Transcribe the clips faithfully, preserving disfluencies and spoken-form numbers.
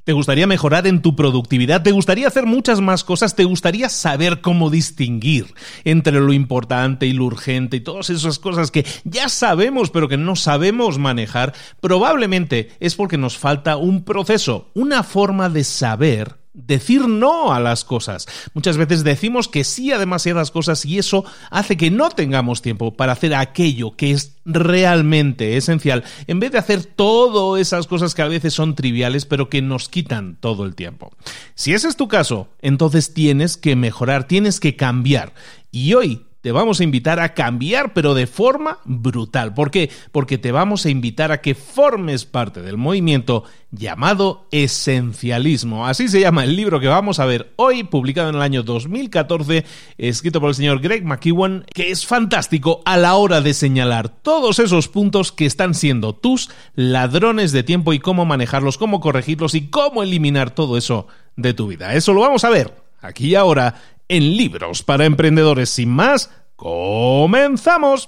¿Te gustaría mejorar en tu productividad? ¿Te gustaría hacer muchas más cosas? ¿Te gustaría saber cómo distinguir entre lo importante y lo urgente y todas esas cosas que ya sabemos pero que no sabemos manejar? Probablemente es porque nos falta un proceso, una forma de saber decir no a las cosas. Muchas veces decimos que sí a demasiadas cosas y eso hace que no tengamos tiempo para hacer aquello que es realmente esencial, en vez de hacer todas esas cosas que a veces son triviales pero que nos quitan todo el tiempo. Si ese es tu caso, entonces tienes que mejorar, tienes que cambiar. Y hoy te vamos a invitar a cambiar, pero de forma brutal. ¿Por qué? Porque te vamos a invitar a que formes parte del movimiento llamado esencialismo. Así se llama el libro que vamos a ver hoy, publicado en el año dos mil catorce, escrito por el señor Greg McKeown, que es fantástico a la hora de señalar todos esos puntos que están siendo tus ladrones de tiempo y cómo manejarlos, cómo corregirlos y cómo eliminar todo eso de tu vida. Eso lo vamos a ver aquí y ahora en Libros para Emprendedores. Sin más, ¡comenzamos!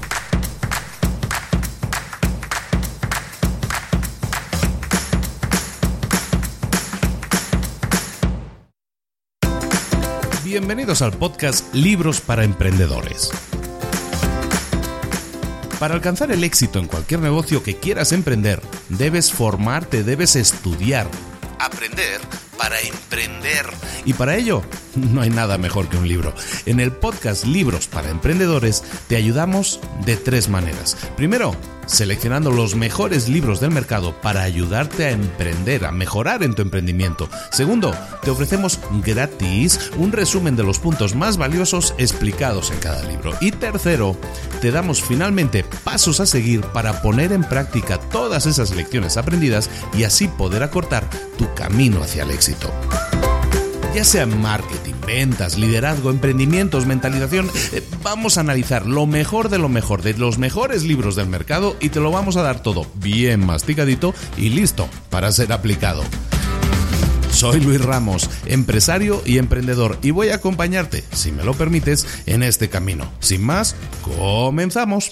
Bienvenidos al podcast Libros para Emprendedores. Para alcanzar el éxito en cualquier negocio que quieras emprender, debes formarte, debes estudiar, aprender para emprender. Y para ello, no hay nada mejor que un libro. En el podcast Libros para Emprendedores te ayudamos de tres maneras. Primero, seleccionando los mejores libros del mercado para ayudarte a emprender, a mejorar en tu emprendimiento. Segundo, te ofrecemos gratis un resumen de los puntos más valiosos explicados en cada libro. Y tercero, te damos finalmente pasos a seguir para poner en práctica todas esas lecciones aprendidas y así poder acortar tu camino hacia el éxito. Ya sea marketing, ventas, liderazgo, emprendimientos, mentalización, eh, vamos a analizar lo mejor de lo mejor, de los mejores libros del mercado y te lo vamos a dar todo bien masticadito y listo para ser aplicado. Soy Luis Ramos, empresario y emprendedor, y voy a acompañarte, si me lo permites, en este camino. Sin más, comenzamos.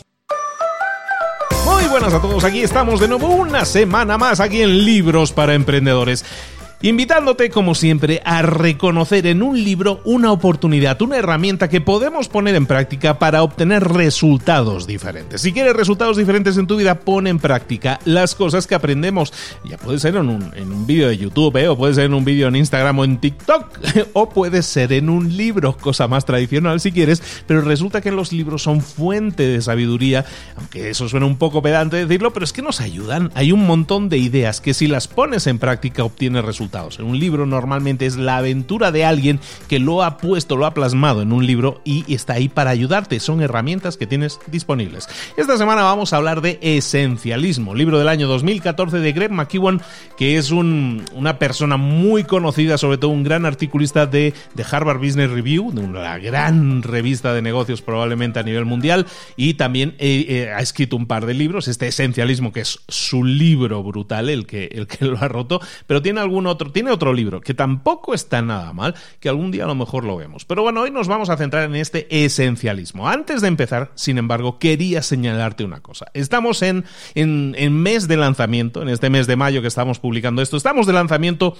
Muy buenas a todos, aquí estamos de nuevo una semana más aquí en Libros para Emprendedores. Invitándote, como siempre, a reconocer en un libro una oportunidad, una herramienta que podemos poner en práctica para obtener resultados diferentes. Si quieres resultados diferentes en tu vida, pon en práctica las cosas que aprendemos. Ya puede ser en un, en un vídeo de YouTube, ¿eh? O puede ser en un vídeo en Instagram o en TikTok, o puede ser en un libro, cosa más tradicional si quieres, pero resulta que los libros son fuente de sabiduría, aunque eso suena un poco pedante decirlo, pero es que nos ayudan. Hay un montón de ideas que si las pones en práctica obtienes resultados. En un libro normalmente es la aventura de alguien que lo ha puesto, lo ha plasmado en un libro y está ahí para ayudarte. Son herramientas que tienes disponibles. Esta semana vamos a hablar de esencialismo, libro del año dos mil catorce de Greg McKeown, que es un, una persona muy conocida, sobre todo un gran articulista de, de Harvard Business Review, de una gran revista de negocios probablemente a nivel mundial, y también eh, eh, ha escrito un par de libros, este esencialismo que es su libro brutal, el que, el que lo ha roto, pero tiene algún otro Tiene otro libro que tampoco está nada mal, que algún día a lo mejor lo vemos. Pero bueno, hoy nos vamos a centrar en este esencialismo. Antes de empezar, sin embargo, quería señalarte una cosa. Estamos en, en, en mes de lanzamiento, en este mes de mayo que estamos publicando esto, estamos de lanzamiento.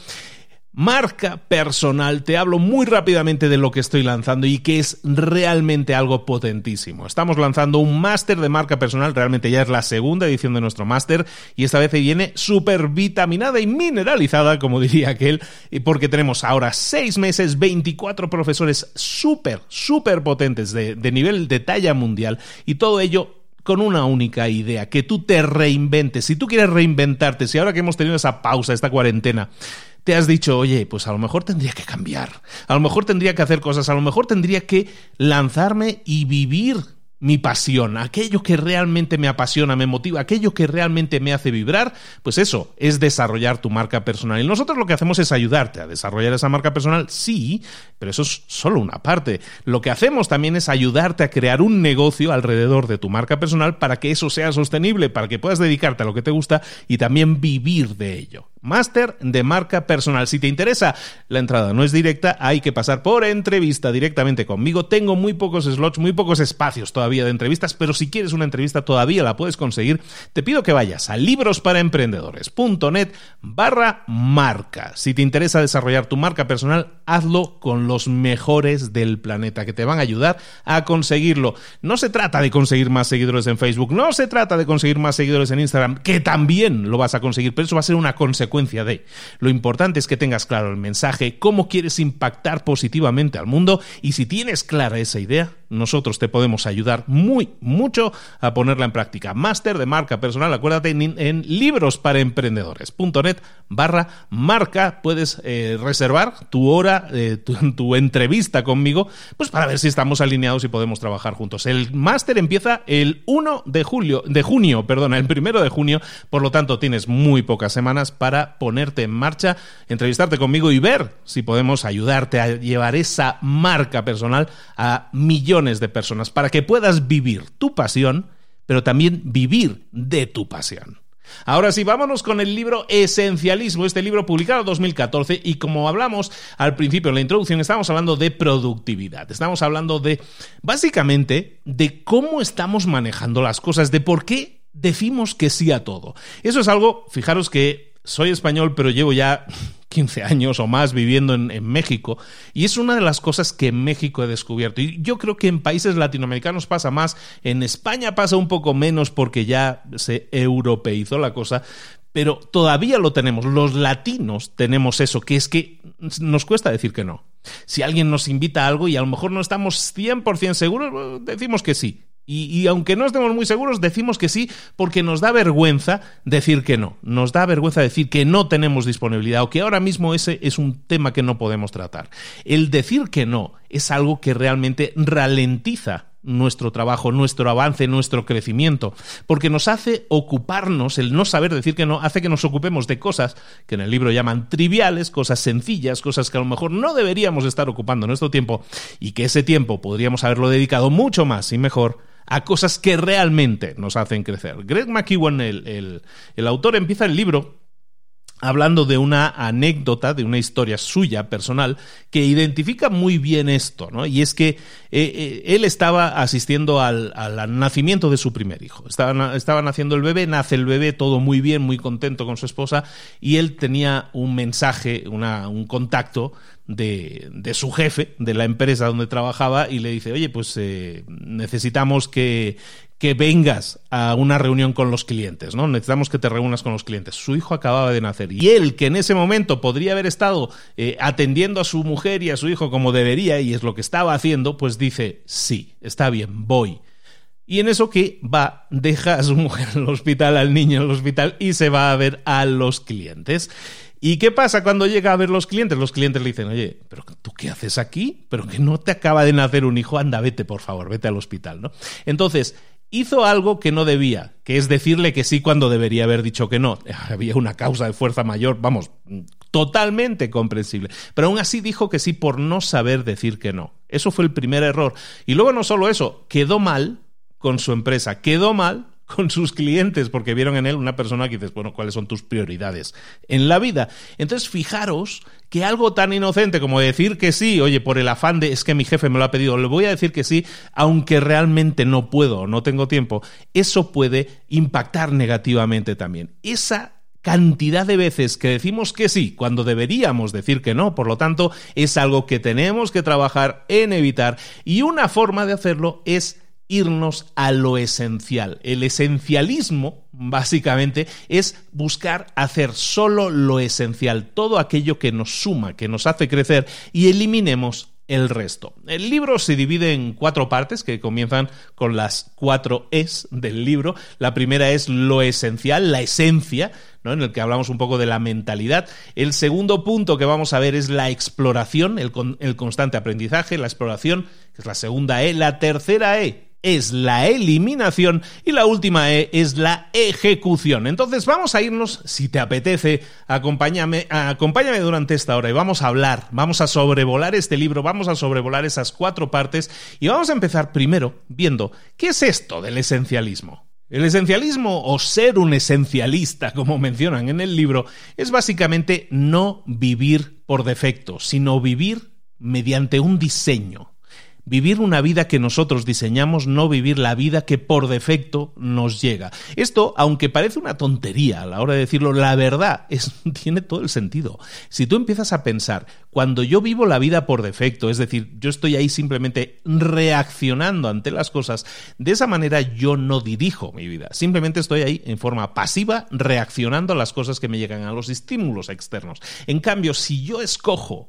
Marca personal, te hablo muy rápidamente de lo que estoy lanzando y que es realmente algo potentísimo. Estamos lanzando un máster de marca personal, realmente ya es la segunda edición de nuestro máster y esta vez viene súper vitaminada y mineralizada, como diría aquel, porque tenemos ahora seis meses, veinticuatro profesores súper, súper potentes de, de nivel de talla mundial y todo ello con una única idea, que tú te reinventes. Si tú quieres reinventarte, si ahora que hemos tenido esa pausa, esta cuarentena, te has dicho, oye, pues a lo mejor tendría que cambiar, a lo mejor tendría que hacer cosas, a lo mejor tendría que lanzarme y vivir mi pasión, aquello que realmente me apasiona, me motiva, aquello que realmente me hace vibrar, pues eso es desarrollar tu marca personal. Y nosotros lo que hacemos es ayudarte a desarrollar esa marca personal, sí, pero eso es solo una parte. Lo que hacemos también es ayudarte a crear un negocio alrededor de tu marca personal para que eso sea sostenible, para que puedas dedicarte a lo que te gusta y también vivir de ello. Máster de marca personal. Si te interesa, la entrada no es directa, hay que pasar por entrevista directamente conmigo. Tengo muy pocos slots, muy pocos espacios todavía de entrevistas, pero si quieres una entrevista todavía la puedes conseguir. Te pido que vayas a librosparaemprendedores.net barra marca. Si te interesa desarrollar tu marca personal, hazlo con los mejores del planeta, que te van a ayudar a conseguirlo. No se trata de conseguir más seguidores en Facebook, no se trata de conseguir más seguidores en Instagram, que también lo vas a conseguir, pero eso va a ser una consecuencia de. Lo importante es que tengas claro el mensaje, cómo quieres impactar positivamente al mundo, y si tienes clara esa idea, nosotros te podemos ayudar muy, mucho a ponerla en práctica. Máster de marca personal, acuérdate, en, en librosparaemprendedores.net barra marca. Puedes eh, reservar tu hora, eh, tu, tu entrevista conmigo, pues para ver si estamos alineados y podemos trabajar juntos. El máster empieza el primero de julio, de junio, perdona, el primero de junio, por lo tanto tienes muy pocas semanas para ponerte en marcha, entrevistarte conmigo y ver si podemos ayudarte a llevar esa marca personal a millones de personas para que puedas vivir tu pasión, pero también vivir de tu pasión. Ahora sí, vámonos con el libro Esencialismo, este libro publicado en dos mil catorce, y como hablamos al principio en la introducción, estamos hablando de productividad, estamos hablando de, básicamente, de cómo estamos manejando las cosas, de por qué decimos que sí a todo. Eso es algo, fijaros que soy español, pero llevo ya quince años o más viviendo en, en México, y es una de las cosas que en México he descubierto. Y yo creo que en países latinoamericanos pasa más, en España pasa un poco menos porque ya se europeizó la cosa, pero todavía lo tenemos. Los latinos tenemos eso, que es que nos cuesta decir que no. Si alguien nos invita a algo y a lo mejor no estamos cien por ciento seguros, decimos que sí. Y, y aunque no estemos muy seguros, decimos que sí porque nos da vergüenza decir que no. Nos da vergüenza decir que no tenemos disponibilidad o que ahora mismo ese es un tema que no podemos tratar. El decir que no es algo que realmente ralentiza nuestro trabajo, nuestro avance, nuestro crecimiento, porque nos hace ocuparnos, el no saber decir que no, hace que nos ocupemos de cosas que en el libro llaman triviales, cosas sencillas, cosas que a lo mejor no deberíamos estar ocupando nuestro tiempo, y que ese tiempo podríamos haberlo dedicado mucho más y mejor a cosas que realmente nos hacen crecer. Greg McKeown, el, el, el autor, empieza el libro hablando de una anécdota, de una historia suya personal que identifica muy bien esto, ¿no? Y es que eh, eh, él estaba asistiendo al, al nacimiento de su primer hijo. Estaba, estaba naciendo el bebé, nace el bebé, todo muy bien, muy contento con su esposa, y él tenía un mensaje, una, un contacto de, de su jefe, de la empresa donde trabajaba, y le dice, oye, pues eh, necesitamos que... que vengas a una reunión con los clientes, ¿no? Necesitamos que te reúnas con los clientes. Su hijo acababa de nacer y él, que en ese momento podría haber estado eh, atendiendo a su mujer y a su hijo como debería, y es lo que estaba haciendo, pues dice, sí, está bien, voy. Y en eso que va, deja a su mujer en el hospital, al niño en el hospital, y se va a ver a los clientes. ¿Y qué pasa cuando llega a ver los clientes? Los clientes le dicen, oye, ¿pero tú qué haces aquí? ¿Pero que no te acaba de nacer un hijo? Anda, vete, por favor, vete al hospital, ¿no? Entonces, hizo algo que no debía, que es decirle que sí cuando debería haber dicho que no. Había una causa de fuerza mayor, vamos, totalmente comprensible. Pero aún así dijo que sí por no saber decir que no. Eso fue el primer error. Y luego no solo eso, quedó mal con su empresa, quedó mal con sus clientes, porque vieron en él una persona que dices, bueno, ¿cuáles son tus prioridades en la vida? Entonces, fijaros que algo tan inocente como decir que sí, oye, por el afán de, es que mi jefe me lo ha pedido, le voy a decir que sí, aunque realmente no puedo o no tengo tiempo, eso puede impactar negativamente también. Esa cantidad de veces que decimos que sí cuando deberíamos decir que no, por lo tanto, es algo que tenemos que trabajar en evitar, y una forma de hacerlo es irnos a lo esencial. El esencialismo, básicamente, es buscar hacer solo lo esencial, todo aquello que nos suma, que nos hace crecer, y eliminemos el resto. El libro se divide en cuatro partes que comienzan con las cuatro Es del libro. La primera es lo esencial, la esencia, ¿no? En el que hablamos un poco de la mentalidad. El segundo punto que vamos a ver es la exploración, el, con, el constante aprendizaje, la exploración, que es la segunda E. La tercera E es la eliminación, y la última E es la ejecución. Entonces vamos a irnos, si te apetece, acompáñame, acompáñame durante esta hora y vamos a hablar, vamos a sobrevolar este libro, vamos a sobrevolar esas cuatro partes, y vamos a empezar primero viendo qué es esto del esencialismo. El esencialismo, o ser un esencialista, como mencionan en el libro, es básicamente no vivir por defecto, sino vivir mediante un diseño. Vivir una vida que nosotros diseñamos, no vivir la vida que por defecto nos llega. Esto, aunque parece una tontería a la hora de decirlo, la verdad es, tiene todo el sentido. Si tú empiezas a pensar, cuando yo vivo la vida por defecto, es decir, yo estoy ahí simplemente reaccionando ante las cosas, de esa manera yo no dirijo mi vida. Simplemente estoy ahí en forma pasiva, reaccionando a las cosas que me llegan, a los estímulos externos. En cambio, si yo escojo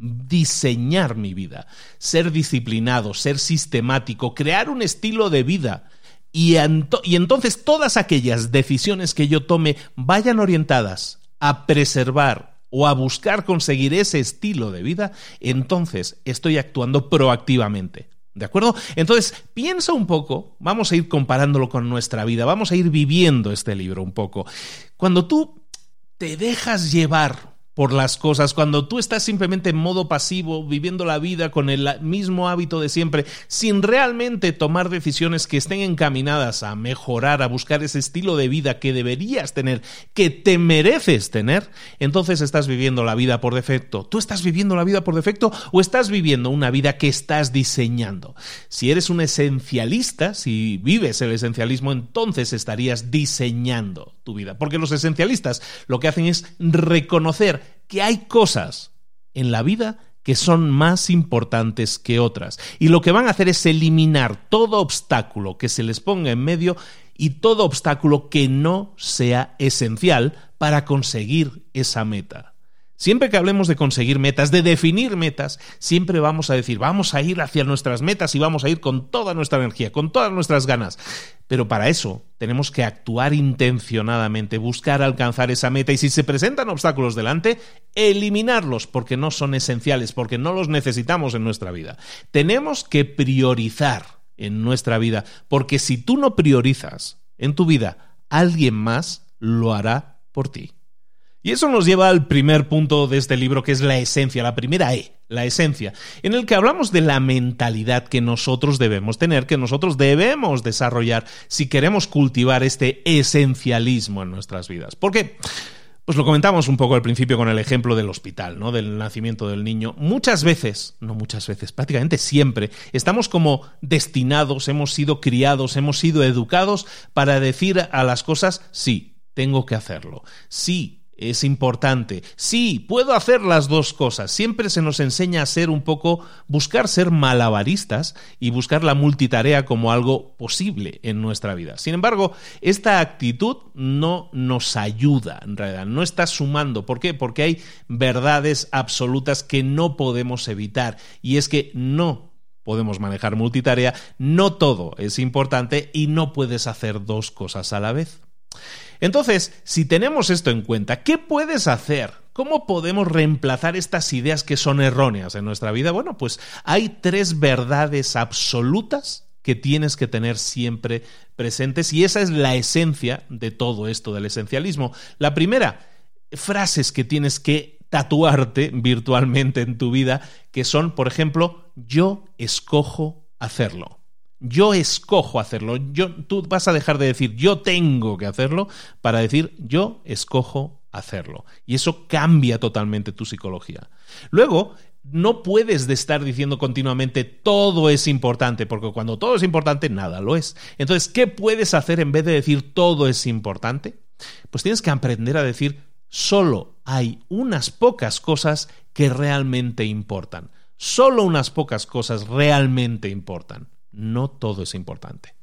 diseñar mi vida, ser disciplinado, ser sistemático, crear un estilo de vida y, ento- y entonces todas aquellas decisiones que yo tome vayan orientadas a preservar o a buscar conseguir ese estilo de vida, entonces estoy actuando proactivamente. ¿De acuerdo? Entonces, piensa un poco, vamos a ir comparándolo con nuestra vida, vamos a ir viviendo este libro un poco. Cuando tú te dejas llevar por las cosas, cuando tú estás simplemente en modo pasivo, viviendo la vida con el mismo hábito de siempre, sin realmente tomar decisiones que estén encaminadas a mejorar, a buscar ese estilo de vida que deberías tener, que te mereces tener, entonces estás viviendo la vida por defecto. ¿Tú estás viviendo la vida por defecto o estás viviendo una vida que estás diseñando? Si eres un esencialista, si vives el esencialismo, entonces estarías diseñando tu vida. Porque los esencialistas lo que hacen es reconocer que hay cosas en la vida que son más importantes que otras. Y lo que van a hacer es eliminar todo obstáculo que se les ponga en medio y todo obstáculo que no sea esencial para conseguir esa meta. Siempre que hablemos de conseguir metas, de definir metas, siempre vamos a decir, vamos a ir hacia nuestras metas y vamos a ir con toda nuestra energía, con todas nuestras ganas. Pero para eso tenemos que actuar intencionadamente, buscar alcanzar esa meta y si se presentan obstáculos delante, eliminarlos porque no son esenciales, porque no los necesitamos en nuestra vida. Tenemos que priorizar en nuestra vida, porque si tú no priorizas en tu vida, alguien más lo hará por ti. Y eso nos lleva al primer punto de este libro, que es la esencia, la primera E, la esencia, en el que hablamos de la mentalidad que nosotros debemos tener, que nosotros debemos desarrollar si queremos cultivar este esencialismo en nuestras vidas. ¿Por qué? Pues lo comentamos un poco al principio con el ejemplo del hospital, ¿no? Del nacimiento del niño. Muchas veces, no muchas veces, prácticamente siempre, estamos como destinados, hemos sido criados, hemos sido educados para decir a las cosas, sí, tengo que hacerlo, sí, es importante. Sí, puedo hacer las dos cosas. Siempre se nos enseña a ser un poco, buscar ser malabaristas y buscar la multitarea como algo posible en nuestra vida. Sin embargo, esta actitud no nos ayuda, en realidad, no está sumando. ¿Por qué? Porque hay verdades absolutas que no podemos evitar y es que no podemos manejar multitarea, no todo es importante y no puedes hacer dos cosas a la vez. Entonces, si tenemos esto en cuenta, ¿qué puedes hacer? ¿Cómo podemos reemplazar estas ideas que son erróneas en nuestra vida? Bueno, pues hay tres verdades absolutas que tienes que tener siempre presentes y esa es la esencia de todo esto del esencialismo. La primera, frases que tienes que tatuarte virtualmente en tu vida, que son, por ejemplo, yo escojo hacerlo. Yo escojo hacerlo. Yo, tú vas a dejar de decir yo tengo que hacerlo para decir yo escojo hacerlo. Y eso cambia totalmente tu psicología. Luego, no puedes de estar diciendo continuamente todo es importante, porque cuando todo es importante, nada lo es. Entonces, ¿qué puedes hacer en vez de decir todo es importante? Pues tienes que aprender a decir solo hay unas pocas cosas que realmente importan. Solo unas pocas cosas realmente importan. No todo es importante.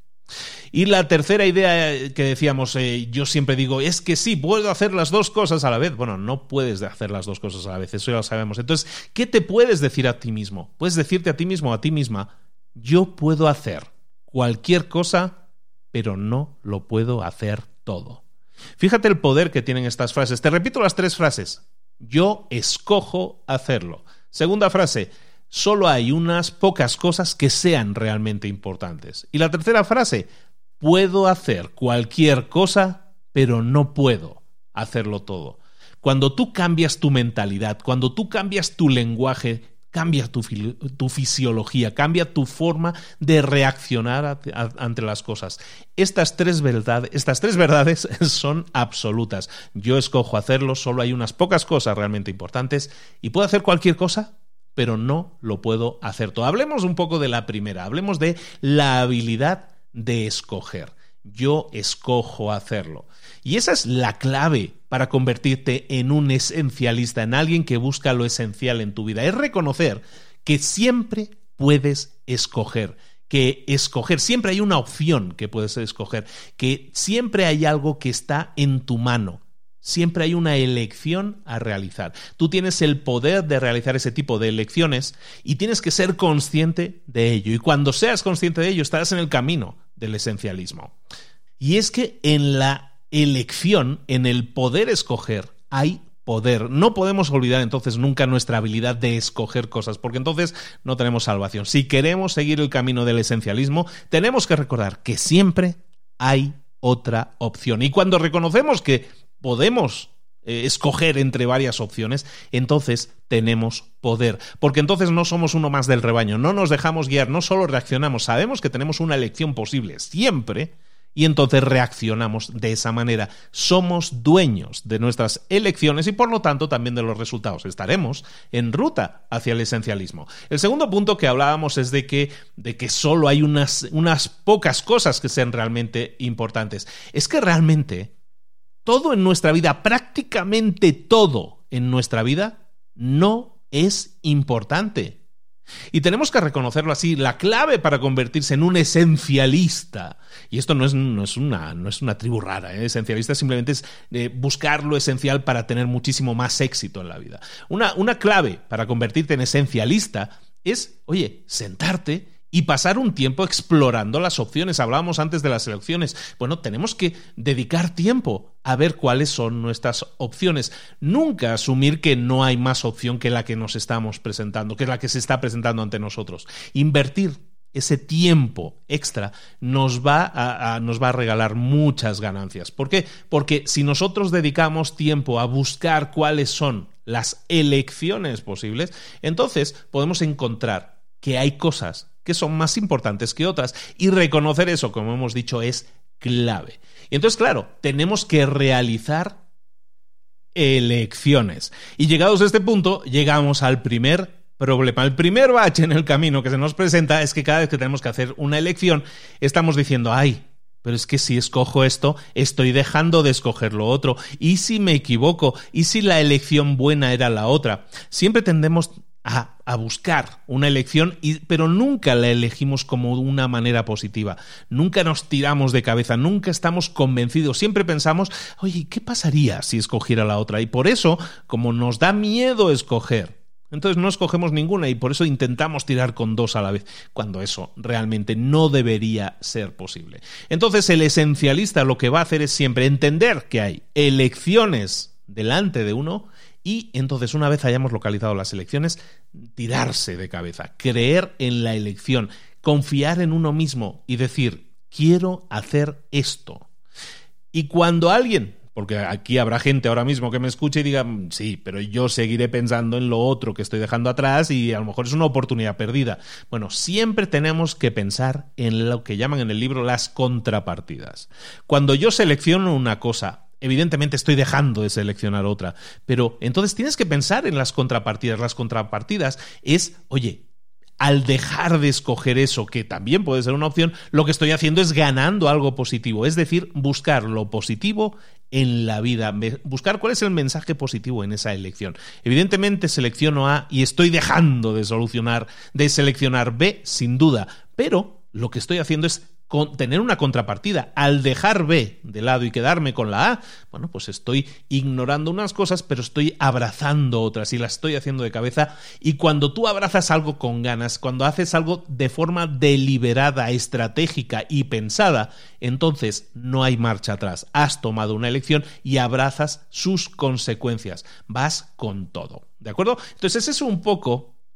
Y la tercera idea que decíamos, eh, yo siempre digo, es que sí, puedo hacer las dos cosas a la vez. Bueno, no puedes hacer las dos cosas a la vez, eso ya lo sabemos. Entonces, ¿qué te puedes decir a ti mismo? Puedes decirte a ti mismo o a ti misma, yo puedo hacer cualquier cosa, pero no lo puedo hacer todo. Fíjate el poder que tienen estas frases. Te repito las tres frases. Yo escojo hacerlo. Segunda frase, solo hay unas pocas cosas que sean realmente importantes. Y la tercera frase, puedo hacer cualquier cosa, pero no puedo hacerlo todo. Cuando tú cambias tu mentalidad, cuando tú cambias tu lenguaje, cambia tu, tu fisiología, cambia tu forma de reaccionar a, a, ante las cosas. Estas tres, verdad, estas tres verdades son absolutas. Yo escojo hacerlo, solo hay unas pocas cosas realmente importantes y puedo hacer cualquier cosa, pero no lo puedo hacer todo. Hablemos un poco de la primera, hablemos de la habilidad de escoger. Yo escojo hacerlo. Y esa es la clave para convertirte en un esencialista, en alguien que busca lo esencial en tu vida. Es reconocer que siempre puedes escoger, que escoger, siempre hay una opción que puedes escoger, que siempre hay algo que está en tu mano. Siempre hay una elección a realizar. Tú tienes el poder de realizar ese tipo de elecciones y tienes que ser consciente de ello. Y cuando seas consciente de ello, estarás en el camino del esencialismo. Y es que en la elección, en el poder escoger, hay poder. No podemos olvidar entonces nunca nuestra habilidad de escoger cosas, porque entonces no tenemos salvación. Si queremos seguir el camino del esencialismo, tenemos que recordar que siempre hay otra opción. Y cuando reconocemos que podemos eh, escoger entre varias opciones, entonces tenemos poder, porque entonces no somos uno más del rebaño, no nos dejamos guiar, no solo reaccionamos, sabemos que tenemos una elección posible siempre y entonces reaccionamos de esa manera. Somos dueños de nuestras elecciones y por lo tanto también de los resultados. Estaremos en ruta hacia el esencialismo. El segundo punto que hablábamos es de que, de que solo hay unas, unas pocas cosas que sean realmente importantes. Es que realmente todo en nuestra vida, prácticamente todo en nuestra vida, no es importante. Y tenemos que reconocerlo así. La clave para convertirse en un esencialista, y esto no es, no es, una, no es una tribu rara, ¿eh? Esencialista simplemente es eh, buscar lo esencial para tener muchísimo más éxito en la vida. Una, una clave para convertirte en esencialista es, oye, sentarte y pasar un tiempo explorando las opciones. Hablábamos antes de las elecciones. Bueno, tenemos que dedicar tiempo a ver cuáles son nuestras opciones. Nunca asumir que no hay más opción que la que nos estamos presentando, que es la que se está presentando ante nosotros. Invertir ese tiempo extra nos va a, a, nos va a regalar muchas ganancias. ¿Por qué? Porque si nosotros dedicamos tiempo a buscar cuáles son las elecciones posibles, entonces podemos encontrar que hay cosas que son más importantes que otras y reconocer eso, como hemos dicho, es clave. Y entonces, claro, tenemos que realizar elecciones. Y llegados a este punto, llegamos al primer problema. El primer bache en el camino que se nos presenta es que cada vez que tenemos que hacer una elección, estamos diciendo, ay, pero es que si escojo esto, estoy dejando de escoger lo otro. ¿Y si me equivoco? ¿Y si la elección buena era la otra? Siempre tendemos A, a buscar una elección, y, pero nunca la elegimos como una manera positiva. Nunca nos tiramos de cabeza, nunca estamos convencidos. Siempre pensamos, oye, ¿qué pasaría si escogiera la otra? Y por eso, como nos da miedo escoger, entonces no escogemos ninguna y por eso intentamos tirar con dos a la vez, cuando eso realmente no debería ser posible. Entonces el esencialista lo que va a hacer es siempre entender que hay elecciones delante de uno. Y entonces, una vez hayamos localizado las elecciones, tirarse de cabeza, creer en la elección, confiar en uno mismo y decir, quiero hacer esto. Y cuando alguien, porque aquí habrá gente ahora mismo que me escuche y diga, sí, pero yo seguiré pensando en lo otro que estoy dejando atrás y a lo mejor es una oportunidad perdida. Bueno, siempre tenemos que pensar en lo que llaman en el libro las contrapartidas. Cuando yo selecciono una cosa, evidentemente estoy dejando de seleccionar otra, pero entonces tienes que pensar en las contrapartidas. Las contrapartidas es, oye, al dejar de escoger eso, que también puede ser una opción, lo que estoy haciendo es ganando algo positivo, es decir, buscar lo positivo en la vida, buscar cuál es el mensaje positivo en esa elección. Evidentemente selecciono A y estoy dejando de solucionar, de seleccionar B, sin duda, pero lo que estoy haciendo es con tener una contrapartida. Al dejar B de lado y quedarme con la A, bueno, pues estoy ignorando unas cosas, pero estoy abrazando otras y las estoy haciendo de cabeza. Y cuando tú abrazas algo con ganas, cuando haces algo de forma deliberada, estratégica y pensada, entonces no hay marcha atrás. Has tomado una elección y abrazas sus consecuencias. Vas con todo, ¿de acuerdo? Entonces ese es un poco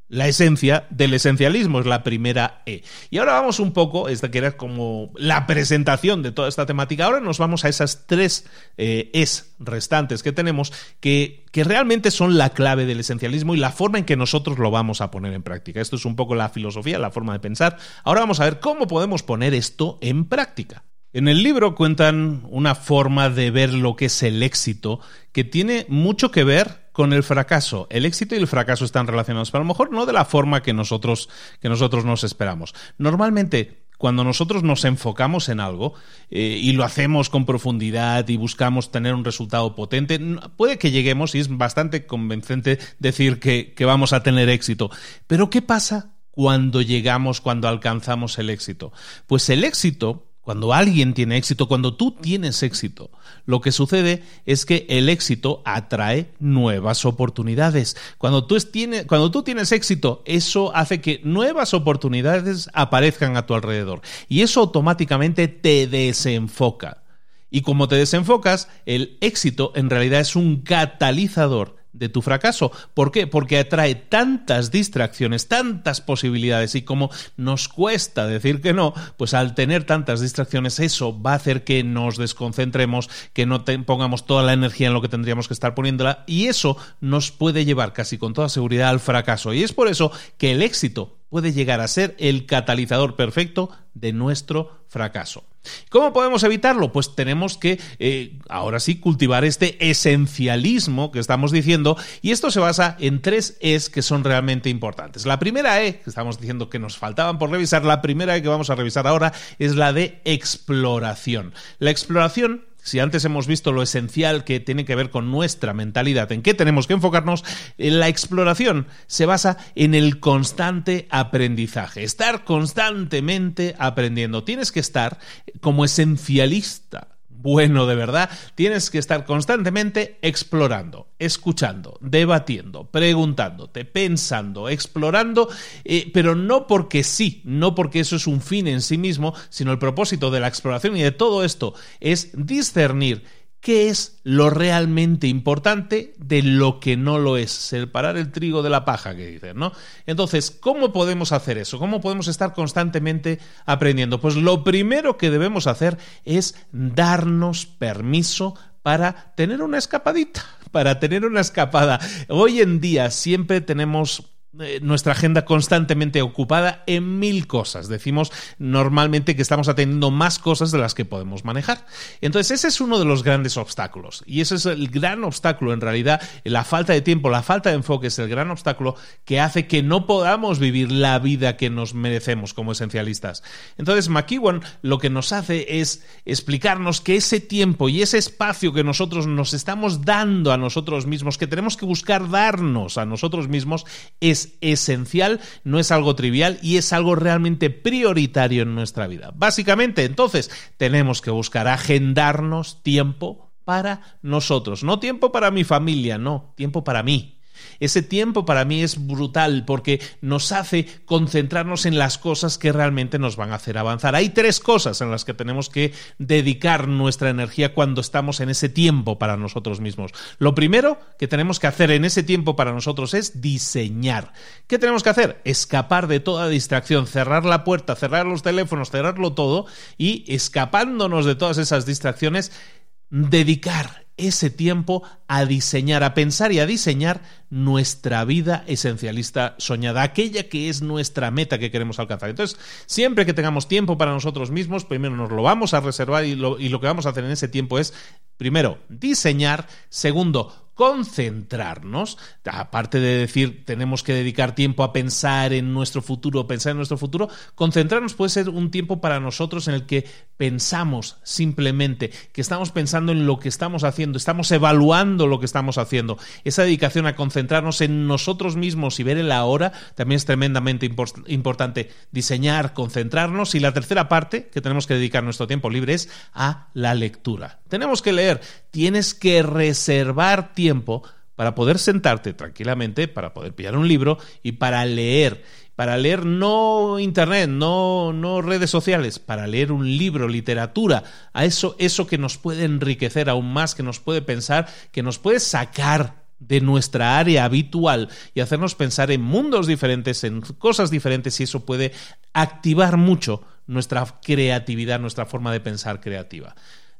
La esencia del esencialismo es la primera E. Y ahora vamos un poco, esta que era como la presentación de toda esta temática, ahora nos vamos a esas tres eh, Es restantes que tenemos, que, que realmente son la clave del esencialismo y la forma en que nosotros lo vamos a poner en práctica. Esto es un poco la filosofía, la forma de pensar. Ahora vamos a ver cómo podemos poner esto en práctica. En el libro cuentan una forma de ver lo que es el éxito que tiene mucho que ver con el fracaso. El éxito y el fracaso están relacionados, pero a lo mejor no de la forma que nosotros, que nosotros nos esperamos. Normalmente, cuando nosotros nos enfocamos en algo eh, y lo hacemos con profundidad y buscamos tener un resultado potente, puede que lleguemos, y es bastante convincente decir que, que vamos a tener éxito. Pero ¿qué pasa cuando llegamos, cuando alcanzamos el éxito? Pues el éxito... Cuando alguien tiene éxito, cuando tú tienes éxito, lo que sucede es que el éxito atrae nuevas oportunidades. Cuando tú, tienes, cuando tú tienes éxito, eso hace que nuevas oportunidades aparezcan a tu alrededor. Y eso automáticamente te desenfoca. Y como te desenfocas, el éxito en realidad es un catalizador de tu fracaso. ¿Por qué? Porque atrae tantas distracciones, tantas posibilidades, y como nos cuesta decir que no, pues al tener tantas distracciones eso va a hacer que nos desconcentremos, que no te pongamos toda la energía en lo que tendríamos que estar poniéndola, y eso nos puede llevar casi con toda seguridad al fracaso. Y es por eso que el éxito puede llegar a ser el catalizador perfecto de nuestro fracaso. ¿Cómo podemos evitarlo? Pues tenemos que, eh, ahora sí, cultivar este esencialismo que estamos diciendo, y esto se basa en tres Es que son realmente importantes. La primera E, que estamos diciendo que nos faltaban por revisar, la primera E que vamos a revisar ahora es la de exploración. La exploración, si antes hemos visto lo esencial que tiene que ver con nuestra mentalidad, en qué tenemos que enfocarnos, la exploración se basa en el constante aprendizaje, estar constantemente aprendiendo. Tienes que estar como esencialista bueno de verdad, tienes que estar constantemente explorando, escuchando, debatiendo, preguntándote, pensando, explorando, eh, pero no porque sí, no porque eso es un fin en sí mismo, sino el propósito de la exploración y de todo esto es discernir qué es lo realmente importante de lo que no lo es, separar el trigo de la paja, que dicen, ¿no? Entonces, ¿cómo podemos hacer eso? ¿Cómo podemos estar constantemente aprendiendo? Pues lo primero que debemos hacer es darnos permiso para tener una escapadita, para tener una escapada. Hoy en día siempre tenemos nuestra agenda constantemente ocupada en mil cosas. Decimos normalmente que estamos atendiendo más cosas de las que podemos manejar. Entonces ese es uno de los grandes obstáculos, y ese es el gran obstáculo en realidad. La falta de tiempo, la falta de enfoque es el gran obstáculo que hace que no podamos vivir la vida que nos merecemos como esencialistas. Entonces McEwan lo que nos hace es explicarnos que ese tiempo y ese espacio que nosotros nos estamos dando a nosotros mismos, que tenemos que buscar darnos a nosotros mismos, es esencial, no es algo trivial y es algo realmente prioritario en nuestra vida. Básicamente, entonces, tenemos que buscar agendarnos tiempo para nosotros, no tiempo para mi familia, no, tiempo para mí. Ese tiempo para mí es brutal porque nos hace concentrarnos en las cosas que realmente nos van a hacer avanzar. Hay tres cosas en las que tenemos que dedicar nuestra energía cuando estamos en ese tiempo para nosotros mismos. Lo primero que tenemos que hacer en ese tiempo para nosotros es diseñar. ¿Qué tenemos que hacer? Escapar de toda distracción, cerrar la puerta, cerrar los teléfonos, cerrarlo todo y, escapándonos de todas esas distracciones, dedicar ese tiempo a diseñar, a pensar y a diseñar nuestra vida esencialista soñada, aquella que es nuestra meta que queremos alcanzar. Entonces, siempre que tengamos tiempo para nosotros mismos, primero nos lo vamos a reservar y lo, y lo que vamos a hacer en ese tiempo es, primero, diseñar, segundo, concentrarnos, aparte de decir tenemos que dedicar tiempo a pensar en nuestro futuro, pensar en nuestro futuro, concentrarnos puede ser un tiempo para nosotros en el que pensamos simplemente, que estamos pensando en lo que estamos haciendo, estamos evaluando lo que estamos haciendo. Esa dedicación a concentrarnos en nosotros mismos y ver el ahora también es tremendamente import- importante. Diseñar, concentrarnos, y la tercera parte que tenemos que dedicar nuestro tiempo libre es a la lectura. Tenemos que leer, tienes que reservar tiempo tiempo para poder sentarte tranquilamente, para poder pillar un libro y para leer. Para leer no internet, no, no redes sociales, para leer un libro, literatura, a eso, eso que nos puede enriquecer aún más, que nos puede pensar, que nos puede sacar de nuestra área habitual y hacernos pensar en mundos diferentes, en cosas diferentes, y eso puede activar mucho nuestra creatividad, nuestra forma de pensar creativa.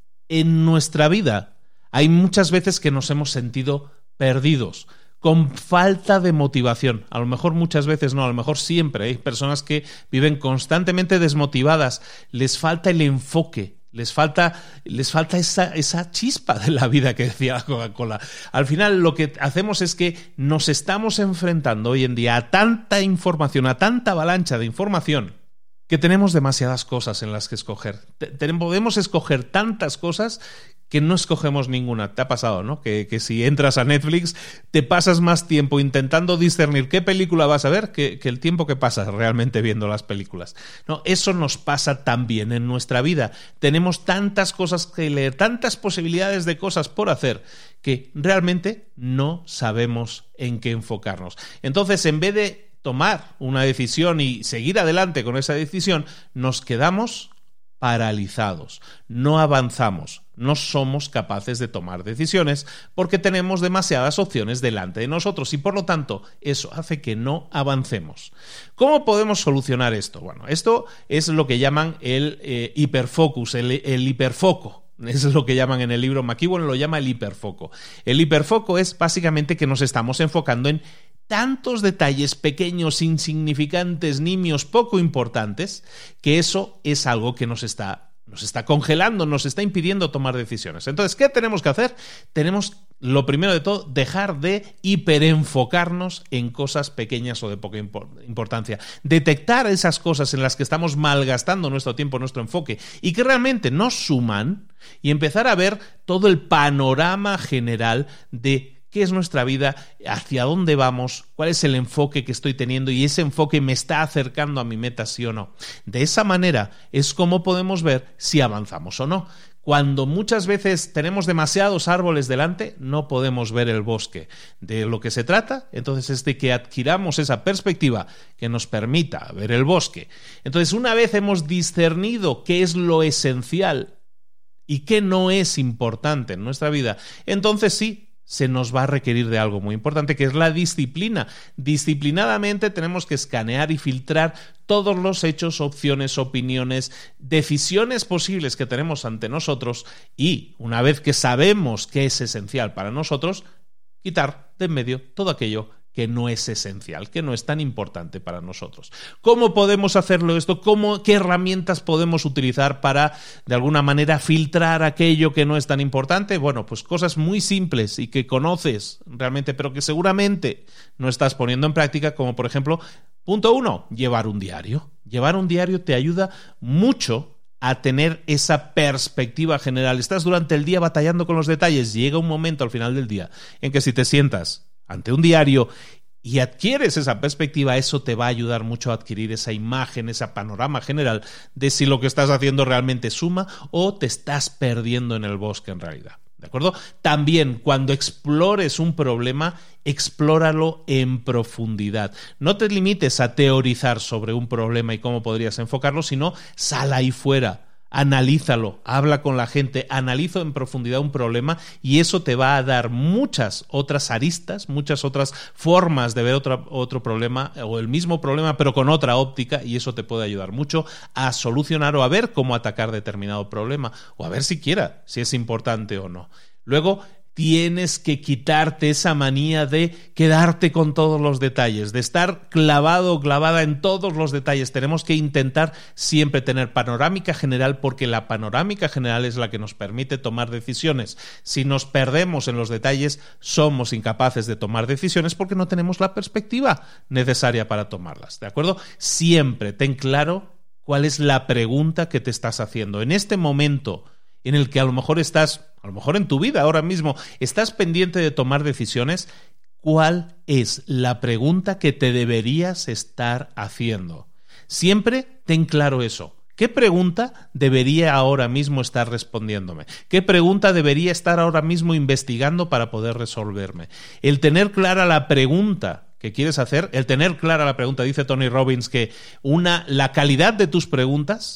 En nuestra vida hay muchas veces que nos hemos sentido perdidos, con falta de motivación. A lo mejor muchas veces no, a lo mejor siempre. Hay personas que viven constantemente desmotivadas, les falta el enfoque, les falta, les falta esa, esa chispa de la vida que decía la Coca-Cola. Al final lo que hacemos es que nos estamos enfrentando hoy en día a tanta información, a tanta avalancha de información, que tenemos demasiadas cosas en las que escoger. Podemos escoger tantas cosas que no escogemos ninguna. Te ha pasado, ¿no? Que, que si entras a Netflix te pasas más tiempo intentando discernir qué película vas a ver que, que el tiempo que pasas realmente viendo las películas. No, eso nos pasa también en nuestra vida. Tenemos tantas cosas que leer, tantas posibilidades de cosas por hacer, que realmente no sabemos en qué enfocarnos. Entonces, en vez de tomar una decisión y seguir adelante con esa decisión, nos quedamos paralizados, no avanzamos, no somos capaces de tomar decisiones porque tenemos demasiadas opciones delante de nosotros y por lo tanto eso hace que no avancemos. ¿Cómo podemos solucionar esto? Bueno, esto es lo que llaman el eh, hiperfocus, el, el hiperfoco. Eso es lo que llaman en el libro, McEwan lo llama el hiperfoco. El hiperfoco es básicamente que nos estamos enfocando en tantos detalles pequeños, insignificantes, nimios, poco importantes, que eso es algo que nos está, nos está congelando, nos está impidiendo tomar decisiones. Entonces, ¿qué tenemos que hacer? Tenemos, lo primero de todo, dejar de hiperenfocarnos en cosas pequeñas o de poca importancia. Detectar esas cosas en las que estamos malgastando nuestro tiempo, nuestro enfoque, y que realmente nos suman, y empezar a ver todo el panorama general de qué es nuestra vida, hacia dónde vamos, cuál es el enfoque que estoy teniendo y ese enfoque me está acercando a mi meta, sí o no. De esa manera es como podemos ver si avanzamos o no. Cuando muchas veces tenemos demasiados árboles delante, no podemos ver el bosque. De lo que se trata, entonces, es de que adquiramos esa perspectiva que nos permita ver el bosque. Entonces, una vez hemos discernido qué es lo esencial y qué no es importante en nuestra vida, entonces sí, se nos va a requerir de algo muy importante, que es la disciplina. Disciplinadamente tenemos que escanear y filtrar todos los hechos, opciones, opiniones, decisiones posibles que tenemos ante nosotros y, una vez que sabemos qué es esencial para nosotros, quitar de en medio todo aquello que no es esencial, que no es tan importante para nosotros. ¿Cómo podemos hacerlo esto? ¿Cómo, qué herramientas podemos utilizar para, de alguna manera, filtrar aquello que no es tan importante? Bueno, pues cosas muy simples y que conoces realmente, pero que seguramente no estás poniendo en práctica, como por ejemplo, punto uno, llevar un diario. Llevar un diario te ayuda mucho a tener esa perspectiva general. Estás durante el día batallando con los detalles. Llega un momento al final del día en que si te sientas ante un diario y adquieres esa perspectiva, eso te va a ayudar mucho a adquirir esa imagen, ese panorama general de si lo que estás haciendo realmente suma o te estás perdiendo en el bosque en realidad. ¿De acuerdo? También, cuando explores un problema, explóralo en profundidad. No te limites a teorizar sobre un problema y cómo podrías enfocarlo, sino sal ahí fuera. Analízalo, habla con la gente, analiza en profundidad un problema y eso te va a dar muchas otras aristas, muchas otras formas de ver otro, otro problema o el mismo problema pero con otra óptica y eso te puede ayudar mucho a solucionar o a ver cómo atacar determinado problema o a ver siquiera si es importante o no. Luego, tienes que quitarte esa manía de quedarte con todos los detalles, de estar clavado o clavada en todos los detalles. Tenemos que intentar siempre tener panorámica general porque la panorámica general es la que nos permite tomar decisiones. Si nos perdemos en los detalles, somos incapaces de tomar decisiones porque no tenemos la perspectiva necesaria para tomarlas. ¿De acuerdo? Siempre ten claro cuál es la pregunta que te estás haciendo. En este momento en el que a lo mejor estás, a lo mejor en tu vida ahora mismo, estás pendiente de tomar decisiones, ¿cuál es la pregunta que te deberías estar haciendo? Siempre ten claro eso. ¿Qué pregunta debería ahora mismo estar respondiéndome? ¿Qué pregunta debería estar ahora mismo investigando para poder resolverme? El tener clara la pregunta que quieres hacer, el tener clara la pregunta, dice Tony Robbins que una, la calidad de tus preguntas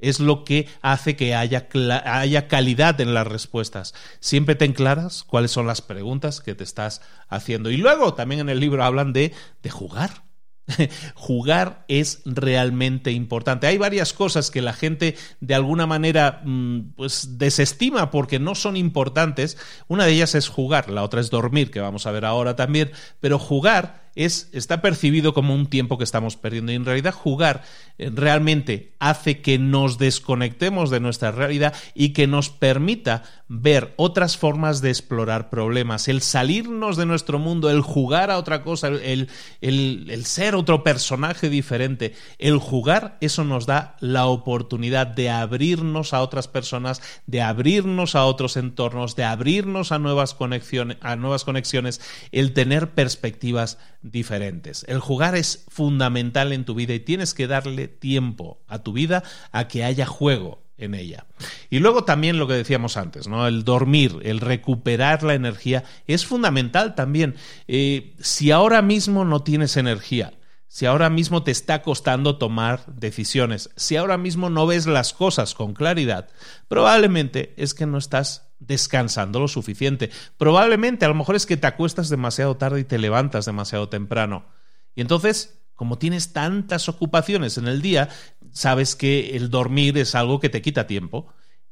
es lo que hace que haya, haya calidad en las respuestas. Siempre ten claras cuáles son las preguntas que te estás haciendo. Y luego también en el libro hablan de, de jugar. Jugar es realmente importante. Hay varias cosas que la gente de alguna manera pues desestima porque no son importantes. Una de ellas es jugar, la otra es dormir, que vamos a ver ahora también, pero jugar es, está percibido como un tiempo que estamos perdiendo y en realidad jugar realmente hace que nos desconectemos de nuestra realidad y que nos permita ver otras formas de explorar problemas, el salirnos de nuestro mundo, el jugar a otra cosa, el, el, el ser otro personaje diferente. El jugar, eso nos da la oportunidad de abrirnos a otras personas, de abrirnos a otros entornos, de abrirnos a nuevas conexiones, a nuevas conexiones, el tener perspectivas diferentes. El jugar es fundamental en tu vida y tienes que darle tiempo a tu vida a que haya juego en ella. Y luego también lo que decíamos antes, ¿no? El dormir, el recuperar la energía es fundamental también. Eh, si ahora mismo no tienes energía, si ahora mismo te está costando tomar decisiones, si ahora mismo no ves las cosas con claridad, probablemente es que no estás descansando lo suficiente. Probablemente a lo mejor es que te acuestas demasiado tarde y te levantas demasiado temprano. Y entonces, como tienes tantas ocupaciones en el día, sabes que el dormir es algo que te quita tiempo.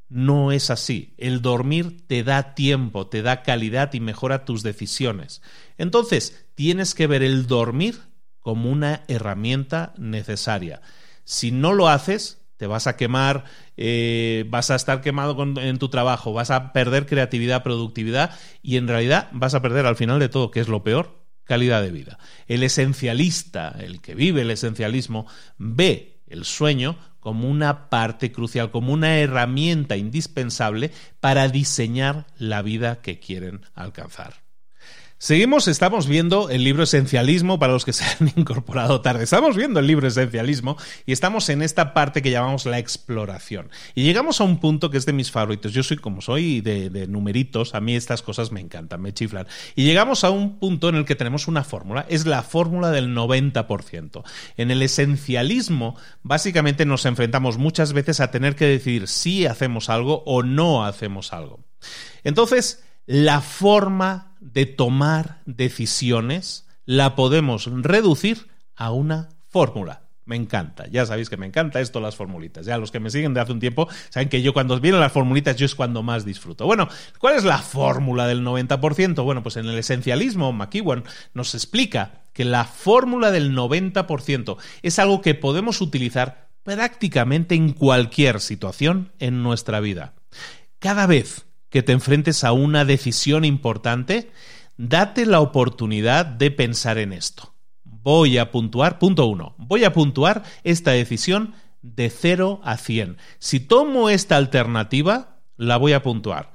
No es así. El dormir te da tiempo, te da calidad y mejora tus decisiones. Entonces, tienes que ver el dormir como una herramienta necesaria. Si no lo haces, te vas a quemar, eh, vas a estar quemado con, en tu trabajo, vas a perder creatividad, productividad y en realidad vas a perder al final de todo, que es lo peor, calidad de vida. El esencialista, el que vive el esencialismo, ve el sueño como una parte crucial, como una herramienta indispensable para diseñar la vida que quieren alcanzar. Seguimos, estamos viendo el libro Esencialismo para los que se han incorporado tarde. Estamos viendo el libro Esencialismo y estamos en esta parte que llamamos la exploración. Y llegamos a un punto que es de mis favoritos. Yo soy como soy de, de numeritos, a mí estas cosas me encantan, me chiflan. Y llegamos a un punto en el que tenemos una fórmula, es la fórmula del noventa por ciento. En el esencialismo, básicamente nos enfrentamos muchas veces a tener que decidir si hacemos algo o no hacemos algo. Entonces, la forma de tomar decisiones la podemos reducir a una fórmula. Me encanta, ya sabéis que me encanta esto, las formulitas. Ya los que me siguen de hace un tiempo saben que yo cuando vienen las formulitas yo es cuando más disfruto. Bueno, ¿cuál es la fórmula del noventa por ciento? Bueno, pues en el esencialismo McEwan nos explica que la fórmula del noventa por ciento es algo que podemos utilizar prácticamente en cualquier situación en nuestra vida. Cada vez que te enfrentes a una decisión importante, date la oportunidad de pensar en esto. Voy a puntuar, punto uno, voy a puntuar esta decisión de cero a cien. Si tomo esta alternativa, la voy a puntuar.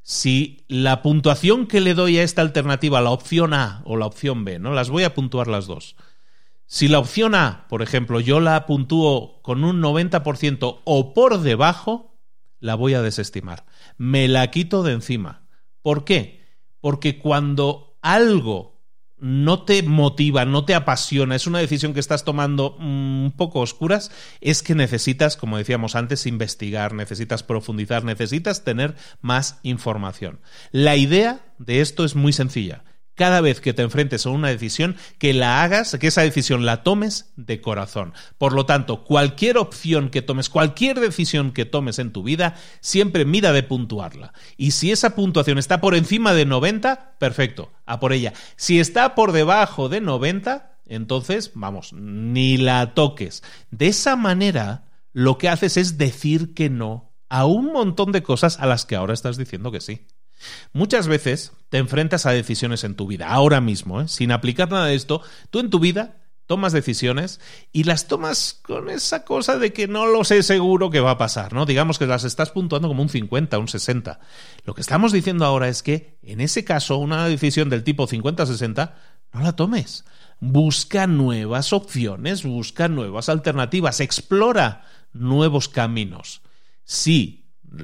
Si la puntuación que le doy a esta alternativa, la opción A o la opción B, ¿no? Las voy a puntuar las dos. Si la opción A, por ejemplo, yo la puntúo con un noventa por ciento o por debajo, la voy a desestimar. Me la quito de encima. ¿Por qué? Porque cuando algo no te motiva, no te apasiona, es una decisión que estás tomando un mm, poco oscuras, es que necesitas, como decíamos antes, investigar, necesitas profundizar, necesitas tener más información. La idea de esto es muy sencilla. Cada vez que te enfrentes a una decisión, que la hagas, que esa decisión la tomes de corazón. Por lo tanto, cualquier opción que tomes, cualquier decisión que tomes en tu vida, siempre mira de puntuarla. Y si esa puntuación está por encima de noventa, perfecto, a por ella. Si está por debajo de noventa, entonces, vamos, ni la toques. De esa manera, lo que haces es decir que no a un montón de cosas a las que ahora estás diciendo que sí. Muchas veces te enfrentas a decisiones en tu vida, ahora mismo, ¿eh? Sin aplicar nada de esto, tú en tu vida tomas decisiones y las tomas con esa cosa de que no lo sé seguro que va a pasar, ¿no? Digamos que las estás puntuando como un cincuenta, un sesenta. Lo que estamos diciendo ahora es que, en ese caso, una decisión del tipo cincuenta sesenta, no la tomes. Busca nuevas opciones, busca nuevas alternativas, explora nuevos caminos. Sí.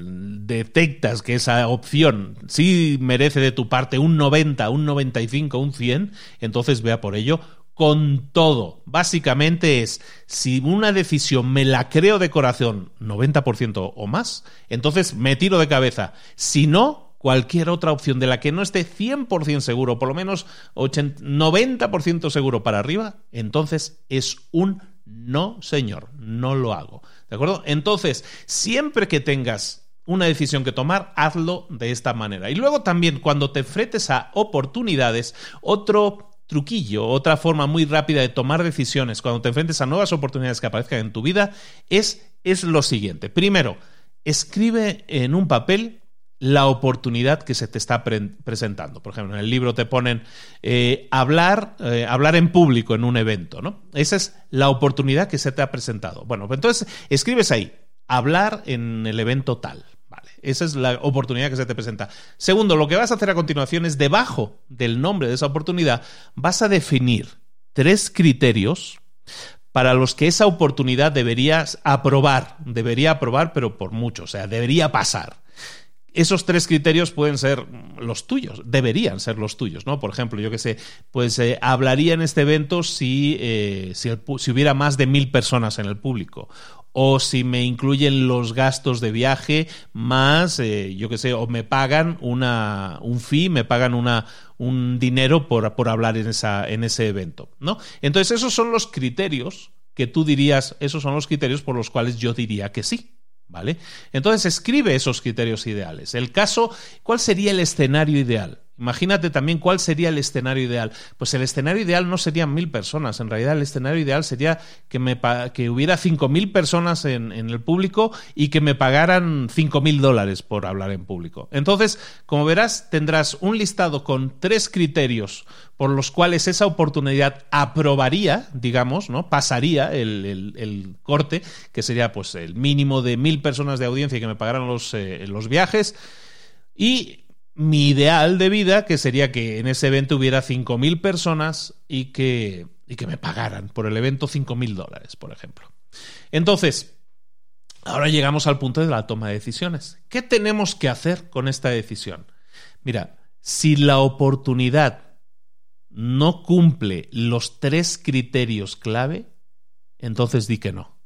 Detectas que esa opción sí merece de tu parte un noventa, un noventa y cinco, un cien, entonces vea por ello con todo. Básicamente es, si una decisión me la creo de corazón noventa por ciento o más, entonces me tiro de cabeza. Si no, cualquier otra opción de la que no esté cien por ciento seguro, por lo menos ochenta, noventa por ciento seguro para arriba, entonces es un no, señor, no lo hago. ¿De acuerdo? Entonces, siempre que tengas una decisión que tomar, hazlo de esta manera. Y luego también, cuando te enfrentes a oportunidades, otro truquillo, otra forma muy rápida de tomar decisiones cuando te enfrentes a nuevas oportunidades que aparezcan en tu vida es, es lo siguiente. Primero, escribe en un papel la oportunidad que se te está pre- presentando. Por ejemplo, en el libro te ponen eh, hablar, eh, hablar en público en un evento, ¿no? Esa es la oportunidad que se te ha presentado. Bueno, pues entonces escribes ahí, hablar en el evento tal. Vale, esa es la oportunidad que se te presenta. Segundo, lo que vas a hacer a continuación es, debajo del nombre de esa oportunidad, vas a definir tres criterios para los que esa oportunidad deberías aprobar. Debería aprobar, pero por mucho, o sea, debería pasar. Esos tres criterios pueden ser los tuyos, deberían ser los tuyos, ¿no? Por ejemplo, yo qué sé, pues eh, hablaría en este evento si, eh, si, el, si hubiera más de mil personas en el público, o si me incluyen los gastos de viaje más, eh, yo qué sé, o me pagan una, un fee, me pagan una, un dinero por, por hablar en, esa, en ese evento, ¿no? Entonces, esos son los criterios que tú dirías, esos son los criterios por los cuales yo diría que sí. ¿Vale? Entonces escribe esos criterios ideales. El caso, ¿cuál sería el escenario ideal? Imagínate también cuál sería el escenario ideal. Pues el escenario ideal no serían mil personas. En realidad el escenario ideal sería que, me, que hubiera cinco mil personas en, en el público y que me pagaran cinco mil dólares por hablar en público. Entonces, como verás, tendrás un listado con tres criterios por los cuales esa oportunidad aprobaría, digamos, ¿no? Pasaría el, el, el corte, que sería pues el mínimo de mil personas de audiencia y que me pagaran los, eh, los viajes. Y mi ideal de vida, que sería que en ese evento hubiera cinco mil personas y que, y que me pagaran por el evento cinco mil dólares, por ejemplo. Entonces, ahora llegamos al punto de la toma de decisiones. ¿Qué tenemos que hacer con esta decisión? Mira, si la oportunidad no cumple los tres criterios clave, entonces di que no.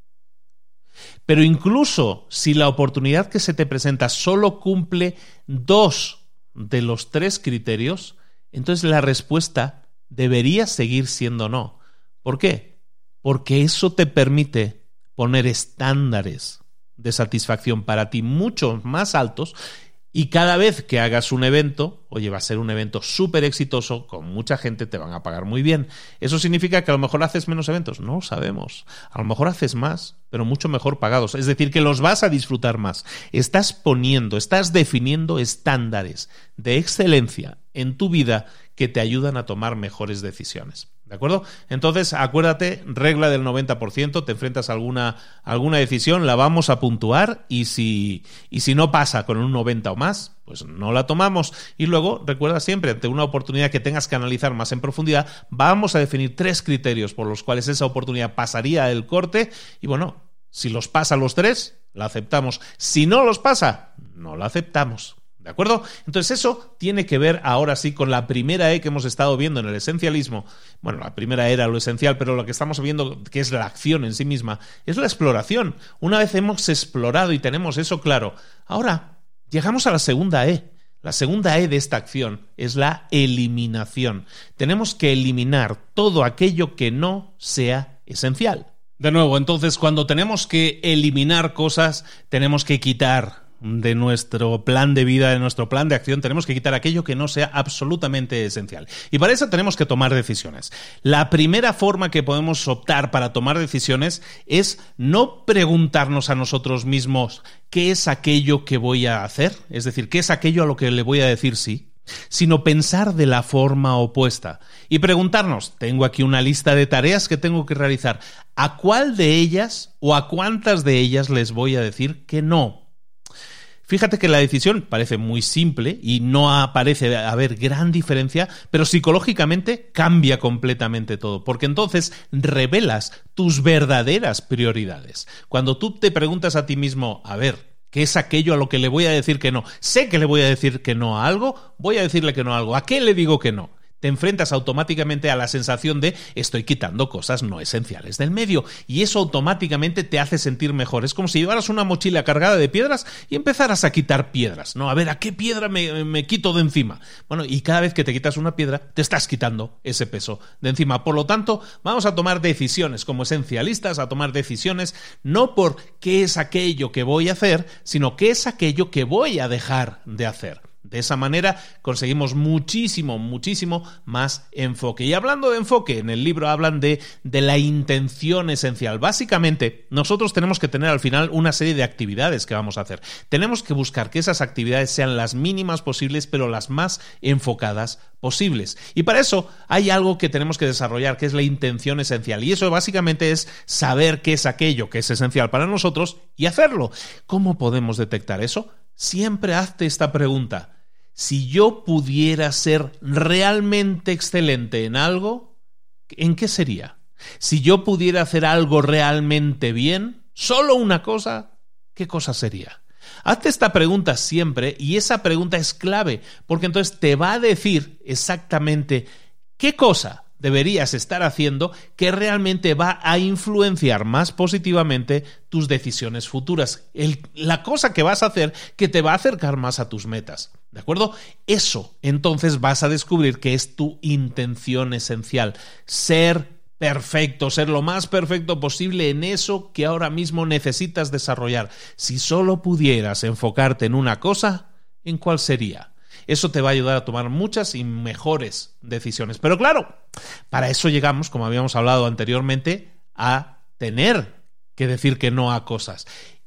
Pero incluso si la oportunidad que se te presenta solo cumple dos de los tres criterios, entonces la respuesta debería seguir siendo no. ¿Por qué? Porque eso te permite poner estándares de satisfacción para ti mucho más altos, y cada vez que hagas un evento, oye, va a ser un evento súper exitoso, con mucha gente, te van a pagar muy bien. ¿Eso significa que a lo mejor haces menos eventos? No lo sabemos. A lo mejor haces más, pero mucho mejor pagados. Es decir, que los vas a disfrutar más. Estás poniendo, estás definiendo estándares de excelencia en tu vida que te ayudan a tomar mejores decisiones. ¿De acuerdo? Entonces, acuérdate, regla del noventa por ciento, te enfrentas a alguna, alguna decisión, la vamos a puntuar y si, y si no pasa con un noventa o más, pues no la tomamos. Y luego, recuerda siempre, ante una oportunidad que tengas que analizar más en profundidad, vamos a definir tres criterios por los cuales esa oportunidad pasaría el corte y bueno, si los pasa los tres, la aceptamos. Si no los pasa, no la aceptamos. ¿De acuerdo? Entonces eso tiene que ver ahora sí con la primera E que hemos estado viendo en el esencialismo. Bueno, la primera era lo esencial, pero lo que estamos viendo, que es la acción en sí misma, es la exploración. Una vez hemos explorado y tenemos eso claro, ahora llegamos a la segunda E. La segunda E de esta acción es la eliminación. Tenemos que eliminar todo aquello que no sea esencial. De nuevo, entonces, cuando tenemos que eliminar cosas, tenemos que quitar de nuestro plan de vida, de nuestro plan de acción, tenemos que quitar aquello que no sea absolutamente esencial. Y para eso tenemos que tomar decisiones. La primera forma que podemos optar para tomar decisiones es no preguntarnos a nosotros mismos qué es aquello que voy a hacer, es decir, qué es aquello a lo que le voy a decir sí, sino pensar de la forma opuesta y preguntarnos, tengo aquí una lista de tareas que tengo que realizar, ¿a cuál de ellas o a cuántas de ellas les voy a decir que no? Fíjate que la decisión parece muy simple y no parece haber gran diferencia, pero psicológicamente cambia completamente todo, porque entonces revelas tus verdaderas prioridades. Cuando tú te preguntas a ti mismo, a ver, ¿qué es aquello a lo que le voy a decir que no? Sé que le voy a decir que no a algo, voy a decirle que no a algo. ¿A qué le digo que no? te enfrentas automáticamente a la sensación de estoy quitando cosas no esenciales del medio y eso automáticamente te hace sentir mejor. Es como si llevaras una mochila cargada de piedras y empezaras a quitar piedras, ¿no? A ver, ¿a qué piedra me, me quito de encima? Bueno, y cada vez que te quitas una piedra, te estás quitando ese peso de encima. Por lo tanto, vamos a tomar decisiones como esencialistas, a tomar decisiones no por qué es aquello que voy a hacer, sino qué es aquello que voy a dejar de hacer. De esa manera conseguimos muchísimo, muchísimo más enfoque. Y hablando de enfoque, en el libro hablan de, de la intención esencial. Básicamente, nosotros tenemos que tener al final una serie de actividades que vamos a hacer. Tenemos que buscar que esas actividades sean las mínimas posibles, pero las más enfocadas posibles. Y para eso hay algo que tenemos que desarrollar, que es la intención esencial. Y eso básicamente es saber qué es aquello que es esencial para nosotros y hacerlo. ¿Cómo podemos detectar eso? Siempre hazte esta pregunta. Si yo pudiera ser realmente excelente en algo, ¿en qué sería? Si yo pudiera hacer algo realmente bien, solo una cosa, ¿qué cosa sería? Hazte esta pregunta siempre y esa pregunta es clave porque entonces te va a decir exactamente qué cosa deberías estar haciendo que realmente va a influenciar más positivamente tus decisiones futuras. El, la cosa que vas a hacer que te va a acercar más a tus metas. ¿De acuerdo? Eso entonces vas a descubrir que es tu intención esencial. Ser perfecto, ser lo más perfecto posible en eso que ahora mismo necesitas desarrollar. Si solo pudieras enfocarte en una cosa, ¿en cuál sería? Eso te va a ayudar a tomar muchas y mejores decisiones. Pero claro, para eso llegamos, como habíamos hablado anteriormente, a tener que decir que no a cosas.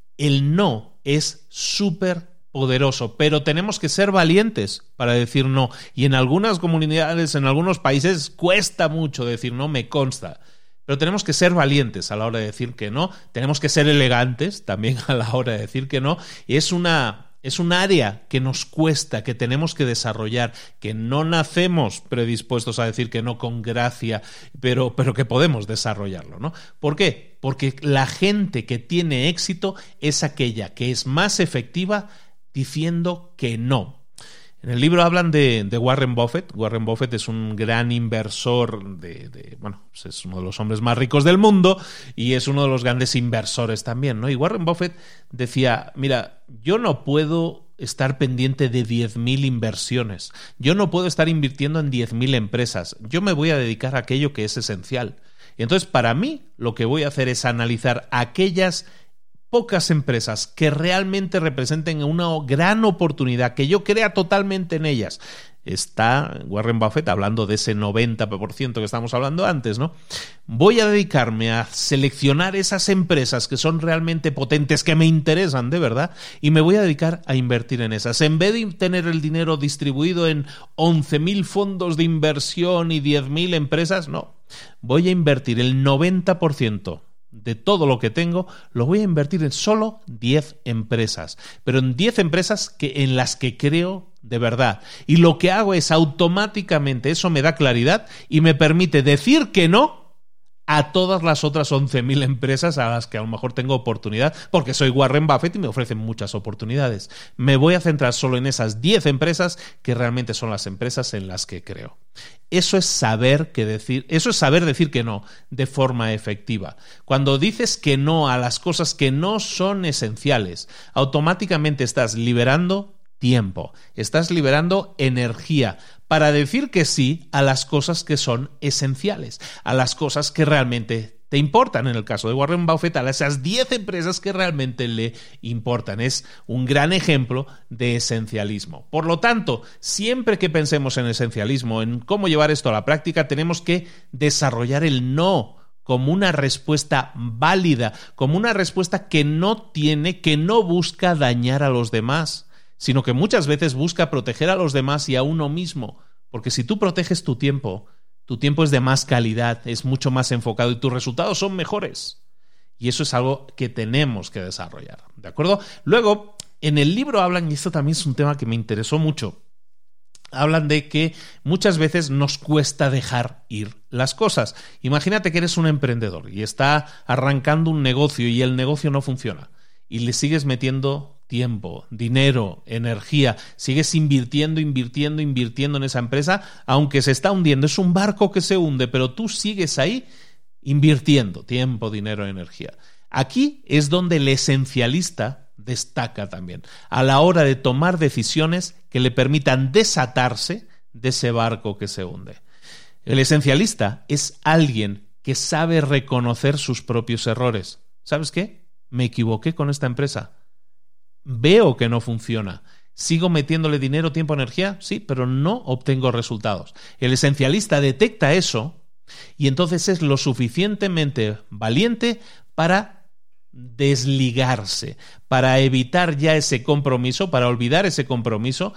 El no es súper poderoso, pero tenemos que ser valientes para decir no. Y en algunas comunidades, en algunos países, cuesta mucho decir no, me consta. Pero tenemos que ser valientes a la hora de decir que no. Tenemos que ser elegantes también a la hora de decir que no. Y es una... Es un área que nos cuesta, que tenemos que desarrollar, que no nacemos predispuestos a decir que no con gracia, pero, pero que podemos desarrollarlo, ¿no? ¿Por qué? Porque la gente que tiene éxito es aquella que es más efectiva diciendo que no. En el libro hablan de, de Warren Buffett. Warren Buffett es un gran inversor, de, de, bueno, pues es uno de los hombres más ricos del mundo y es uno de los grandes inversores también, ¿no? Y Warren Buffett decía, mira, yo no puedo estar pendiente de diez mil inversiones, yo no puedo estar invirtiendo en diez mil empresas, yo me voy a dedicar a aquello que es esencial. Y entonces, para mí, lo que voy a hacer es analizar aquellas pocas empresas que realmente representen una gran oportunidad, que yo crea totalmente en ellas. Está Warren Buffett hablando de ese noventa por ciento que estamos hablando antes, ¿no? Voy a dedicarme a seleccionar esas empresas que son realmente potentes, que me interesan de verdad, y me voy a dedicar a invertir en esas. En vez de tener el dinero distribuido en once mil fondos de inversión y diez mil empresas, no. Voy a invertir el noventa por ciento de todo lo que tengo, lo voy a invertir en solo diez empresas, pero en diez empresas que, en las que creo de verdad. Y lo que hago es automáticamente, eso me da claridad y me permite decir que no a todas las otras once mil empresas a las que a lo mejor tengo oportunidad, porque soy Warren Buffett y me ofrecen muchas oportunidades. Me voy a centrar solo en esas diez empresas que realmente son las empresas en las que creo. Eso es saber que decir, eso es saber decir que no de forma efectiva. Cuando dices que no a las cosas que no son esenciales, automáticamente estás liberando tiempo, estás liberando energía para decir que sí a las cosas que son esenciales, a las cosas que realmente te importan. En el caso de Warren Buffett, a esas diez empresas que realmente le importan. Es un gran ejemplo de esencialismo. Por lo tanto, siempre que pensemos en esencialismo, en cómo llevar esto a la práctica, tenemos que desarrollar el no como una respuesta válida, como una respuesta que no tiene, que no busca dañar a los demás, sino que muchas veces busca proteger a los demás y a uno mismo. Porque si tú proteges tu tiempo, tu tiempo es de más calidad, es mucho más enfocado y tus resultados son mejores. Y eso es algo que tenemos que desarrollar, ¿de acuerdo? Luego, en el libro hablan, y esto también es un tema que me interesó mucho, hablan de que muchas veces nos cuesta dejar ir las cosas. Imagínate que eres un emprendedor y está arrancando un negocio y el negocio no funciona y le sigues metiendo tiempo, dinero, energía, sigues invirtiendo, invirtiendo, invirtiendo en esa empresa, aunque se está hundiendo. Es un barco que se hunde, pero tú sigues ahí invirtiendo tiempo, dinero, energía. Aquí es donde el esencialista destaca también, a la hora de tomar decisiones que le permitan desatarse de ese barco que se hunde. El esencialista es alguien que sabe reconocer sus propios errores. ¿Sabes qué? Me equivoqué con esta empresa. Veo que no funciona. ¿Sigo metiéndole dinero, tiempo, energía? Sí, pero no obtengo resultados. El esencialista detecta eso y entonces es lo suficientemente valiente para desligarse, para evitar ya ese compromiso, para olvidar ese compromiso,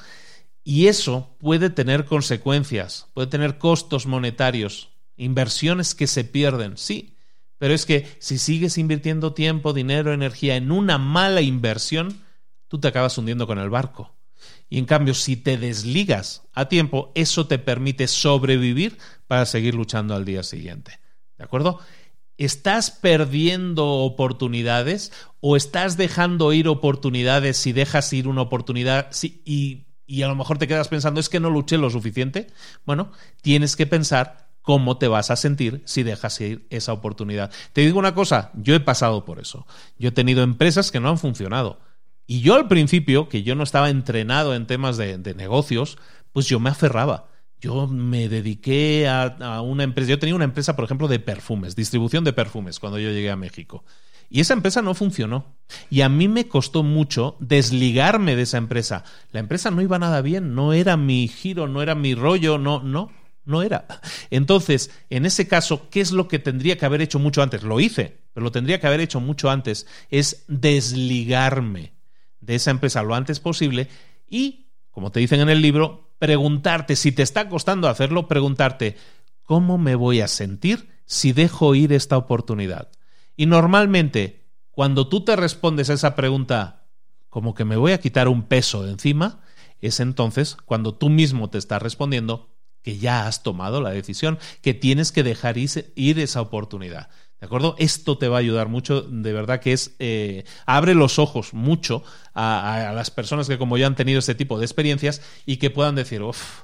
y eso puede tener consecuencias, puede tener costos monetarios, inversiones que se pierden, sí. Pero es que si sigues invirtiendo tiempo, dinero, energía en una mala inversión, tú te acabas hundiendo con el barco. Y en cambio, si te desligas a tiempo, eso te permite sobrevivir para seguir luchando al día siguiente. ¿De acuerdo? ¿Estás perdiendo oportunidades o estás dejando ir oportunidades si dejas ir una oportunidad si, y, y a lo mejor te quedas pensando, es que no luché lo suficiente? Bueno, tienes que pensar cómo te vas a sentir si dejas ir esa oportunidad. Te digo una cosa, yo he pasado por eso. Yo he tenido empresas que no han funcionado. Y yo al principio, que yo no estaba entrenado en temas de, de negocios, pues yo me aferraba. Yo me dediqué a, a una empresa. Yo tenía una empresa, por ejemplo, de perfumes, distribución de perfumes, cuando yo llegué a México. Y esa empresa no funcionó. Y a mí me costó mucho desligarme de esa empresa. La empresa no iba nada bien, no era mi giro, no era mi rollo, no, no. No era. Entonces, en ese caso, ¿qué es lo que tendría que haber hecho mucho antes? Lo hice, pero lo tendría que haber hecho mucho antes. Es desligarme de esa empresa lo antes posible y, como te dicen en el libro, preguntarte, si te está costando hacerlo, preguntarte, ¿cómo me voy a sentir si dejo ir esta oportunidad? Y normalmente, cuando tú te respondes a esa pregunta, como que me voy a quitar un peso de encima, es entonces cuando tú mismo te estás respondiendo que ya has tomado la decisión, que tienes que dejar ir esa oportunidad. ¿De acuerdo? Esto te va a ayudar mucho, de verdad que es eh, abre los ojos mucho a, a las personas que como yo han tenido este tipo de experiencias y que puedan decir, uff,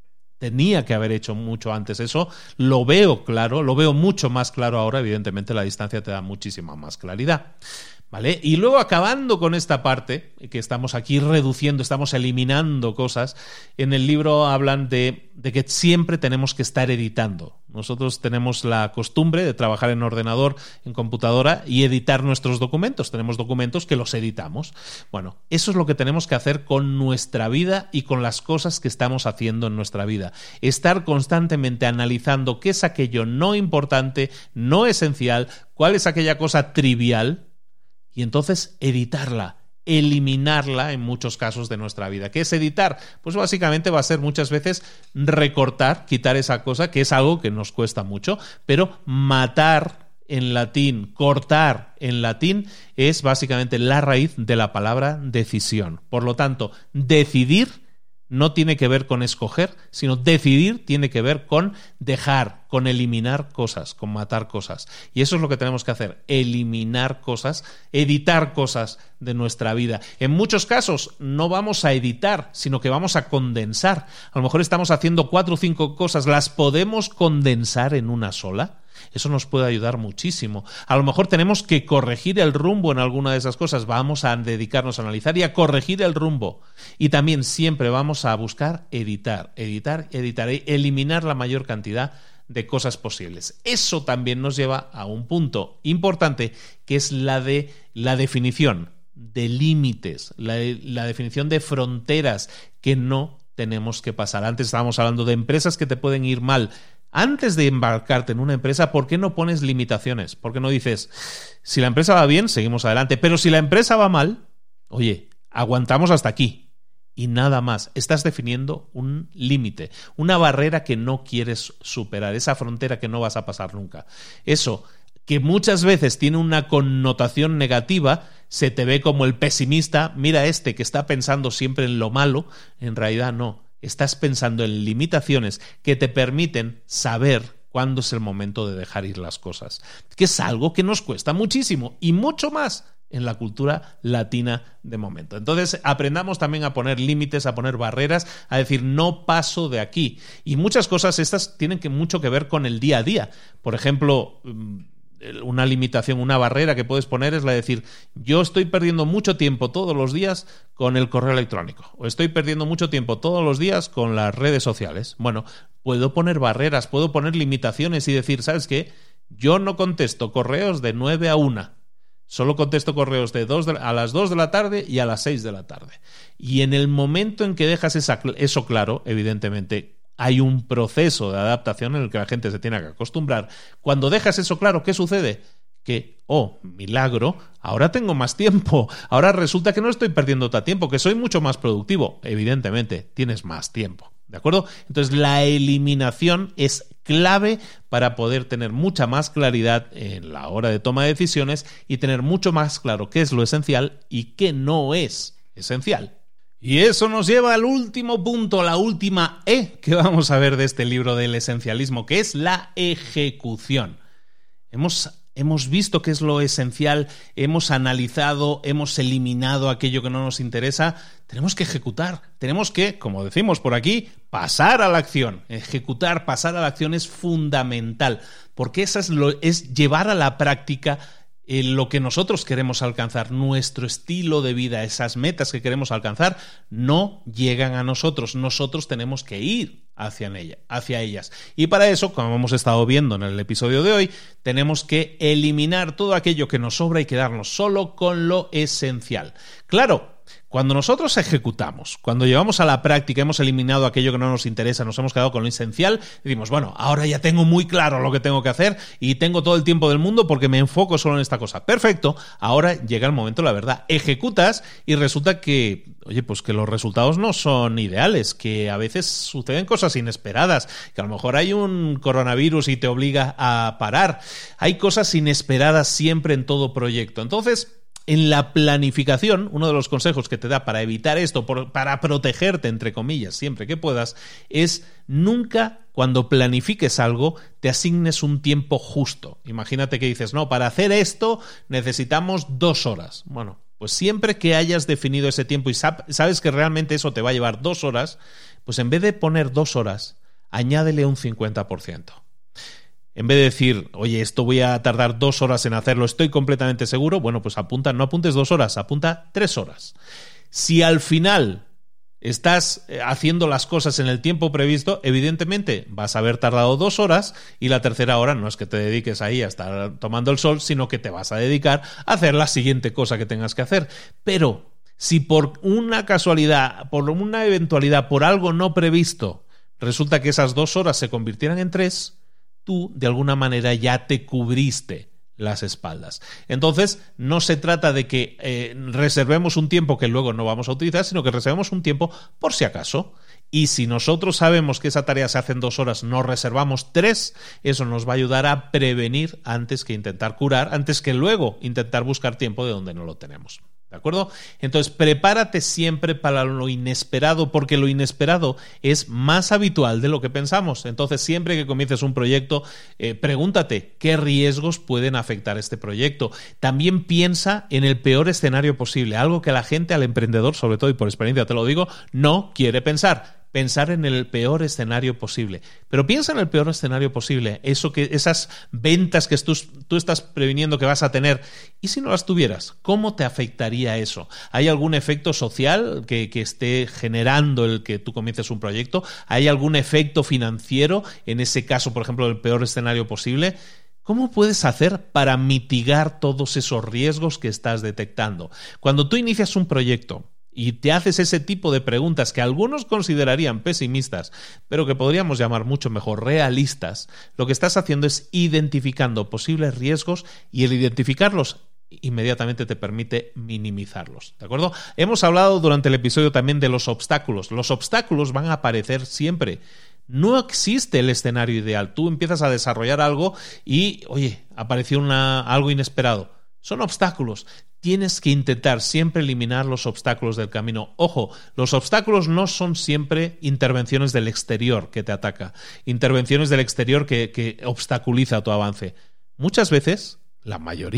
tenía que haber hecho mucho antes eso, lo veo claro, lo veo mucho más claro ahora, evidentemente la distancia te da muchísima más claridad. ¿Vale? Y luego acabando con esta parte, que estamos aquí reduciendo, estamos eliminando cosas, en el libro hablan de, de que siempre tenemos que estar editando. Nosotros tenemos la costumbre de trabajar en ordenador, en computadora y editar nuestros documentos. Tenemos documentos que los editamos. Bueno, eso es lo que tenemos que hacer con nuestra vida y con las cosas que estamos haciendo en nuestra vida. Estar constantemente analizando qué es aquello no importante, no esencial, cuál es aquella cosa trivial, y entonces editarla, eliminarla en muchos casos de nuestra vida. ¿Qué es editar? Pues básicamente va a ser muchas veces recortar, quitar esa cosa, que es algo que nos cuesta mucho, pero matar en latín, cortar en latín, es básicamente la raíz de la palabra decisión. Por lo tanto, decidir no tiene que ver con escoger, sino decidir tiene que ver con dejar, con eliminar cosas, con matar cosas. Y eso es lo que tenemos que hacer, eliminar cosas, editar cosas de nuestra vida. En muchos casos no vamos a editar, sino que vamos a condensar. A lo mejor estamos haciendo cuatro o cinco cosas, ¿las podemos condensar en una sola? Eso nos puede ayudar muchísimo. A lo mejor tenemos que corregir el rumbo en alguna de esas cosas. Vamos a dedicarnos a analizar y a corregir el rumbo. Y también siempre vamos a buscar editar, editar, editar, eliminar la mayor cantidad de cosas posibles. Eso también nos lleva a un punto importante, que es la de la definición de límites, la, la definición de fronteras que no tenemos que pasar. Antes estábamos hablando de empresas que te pueden ir mal. Antes de embarcarte en una empresa, ¿por qué no pones limitaciones? ¿Por qué no dices, si la empresa va bien, seguimos adelante, pero si la empresa va mal, oye, aguantamos hasta aquí y nada más? Estás definiendo un límite, una barrera que no quieres superar, esa frontera que no vas a pasar nunca. Eso, que muchas veces tiene una connotación negativa, se te ve como el pesimista, mira este que está pensando siempre en lo malo, en realidad no. Estás pensando en limitaciones que te permiten saber cuándo es el momento de dejar ir las cosas, que es algo que nos cuesta muchísimo y mucho más en la cultura latina de momento. Entonces, aprendamos también a poner límites, a poner barreras, a decir, no paso de aquí. Y muchas cosas estas tienen que, mucho que ver con el día a día. Por ejemplo, una limitación, una barrera que puedes poner es la de decir, yo estoy perdiendo mucho tiempo todos los días con el correo electrónico, o estoy perdiendo mucho tiempo todos los días con las redes sociales. Bueno, puedo poner barreras, puedo poner limitaciones y decir, ¿sabes qué? Yo no contesto correos de nueve a una. Solo contesto correos de dos de, a las dos de la tarde y a las seis de la tarde. Y en el momento en que dejas esa, eso claro, evidentemente, hay un proceso de adaptación en el que la gente se tiene que acostumbrar. Cuando dejas eso claro, ¿qué sucede? Que, oh, milagro, ahora tengo más tiempo. Ahora resulta que no estoy perdiendo tanto tiempo, que soy mucho más productivo. Evidentemente, tienes más tiempo. ¿De acuerdo? Entonces, la eliminación es clave para poder tener mucha más claridad en la hora de toma de decisiones y tener mucho más claro qué es lo esencial y qué no es esencial. Y eso nos lleva al último punto, la última E que vamos a ver de este libro del esencialismo, que es la ejecución. Hemos Hemos visto qué es lo esencial, hemos analizado, hemos eliminado aquello que no nos interesa. Tenemos que ejecutar, tenemos que, como decimos por aquí, pasar a la acción. Ejecutar, pasar a la acción es fundamental, porque eso es, lo, es llevar a la práctica eh, lo que nosotros queremos alcanzar, nuestro estilo de vida, esas metas que queremos alcanzar, no llegan a nosotros. Nosotros tenemos que ir hacia ella, hacia ellas. Y para eso, como hemos estado viendo en el episodio de hoy, tenemos que eliminar todo aquello que nos sobra y quedarnos solo con lo esencial. Claro, cuando nosotros ejecutamos, cuando llevamos a la práctica, hemos eliminado aquello que no nos interesa, nos hemos quedado con lo esencial, decimos, bueno, ahora ya tengo muy claro lo que tengo que hacer y tengo todo el tiempo del mundo porque me enfoco solo en esta cosa. Perfecto, ahora llega el momento, la verdad, ejecutas y resulta que, oye, pues que los resultados no son ideales, que a veces suceden cosas inesperadas, que a lo mejor hay un coronavirus y te obliga a parar. Hay cosas inesperadas siempre en todo proyecto. Entonces, en la planificación, uno de los consejos que te da para evitar esto, por, para protegerte, entre comillas, siempre que puedas, es nunca, cuando planifiques algo, te asignes un tiempo justo. Imagínate que dices, no, para hacer esto necesitamos dos horas. Bueno, pues siempre que hayas definido ese tiempo y sabes que realmente eso te va a llevar dos horas, pues en vez de poner dos horas, añádele un cincuenta por ciento. En vez de decir, oye, esto voy a tardar dos horas en hacerlo, estoy completamente seguro, bueno, pues apunta, no apuntes dos horas, apunta tres horas. Si al final estás haciendo las cosas en el tiempo previsto, evidentemente vas a haber tardado dos horas y la tercera hora no es que te dediques ahí a estar tomando el sol, sino que te vas a dedicar a hacer la siguiente cosa que tengas que hacer. Pero si por una casualidad, por una eventualidad, por algo no previsto, resulta que esas dos horas se convirtieran en tres, tú de alguna manera ya te cubriste las espaldas. Entonces, no se trata de que eh, reservemos un tiempo que luego no vamos a utilizar, sino que reservemos un tiempo por si acaso. Y si nosotros sabemos que esa tarea se hace en dos horas, nos reservamos tres, eso nos va a ayudar a prevenir antes que intentar curar, antes que luego intentar buscar tiempo de donde no lo tenemos. ¿De acuerdo? Entonces, prepárate siempre para lo inesperado, porque lo inesperado es más habitual de lo que pensamos. Entonces, siempre que comiences un proyecto, eh, pregúntate qué riesgos pueden afectar este proyecto. También piensa en el peor escenario posible, algo que la gente, al emprendedor, sobre todo y por experiencia te lo digo, no quiere pensar. Pensar en el peor escenario posible. Pero piensa en el peor escenario posible. Eso que, esas ventas que tú, tú estás previniendo que vas a tener. ¿Y si no las tuvieras? ¿Cómo te afectaría eso? ¿Hay algún efecto social que, que esté generando el que tú comiences un proyecto? ¿Hay algún efecto financiero? En ese caso, por ejemplo, el peor escenario posible. ¿Cómo puedes hacer para mitigar todos esos riesgos que estás detectando? Cuando tú inicias un proyecto y te haces ese tipo de preguntas que algunos considerarían pesimistas, pero que podríamos llamar mucho mejor realistas, lo que estás haciendo es identificando posibles riesgos y el identificarlos inmediatamente te permite minimizarlos, ¿de acuerdo? Hemos hablado durante el episodio también de los obstáculos. Los obstáculos van a aparecer siempre. No existe el escenario ideal. Tú empiezas a desarrollar algo y, oye, apareció una, algo inesperado. Son obstáculos. Tienes que intentar siempre eliminar los obstáculos del camino. Ojo, los obstáculos no son siempre intervenciones del exterior que te ataca, intervenciones del exterior que, que obstaculiza tu avance. Muchas veces, la mayoría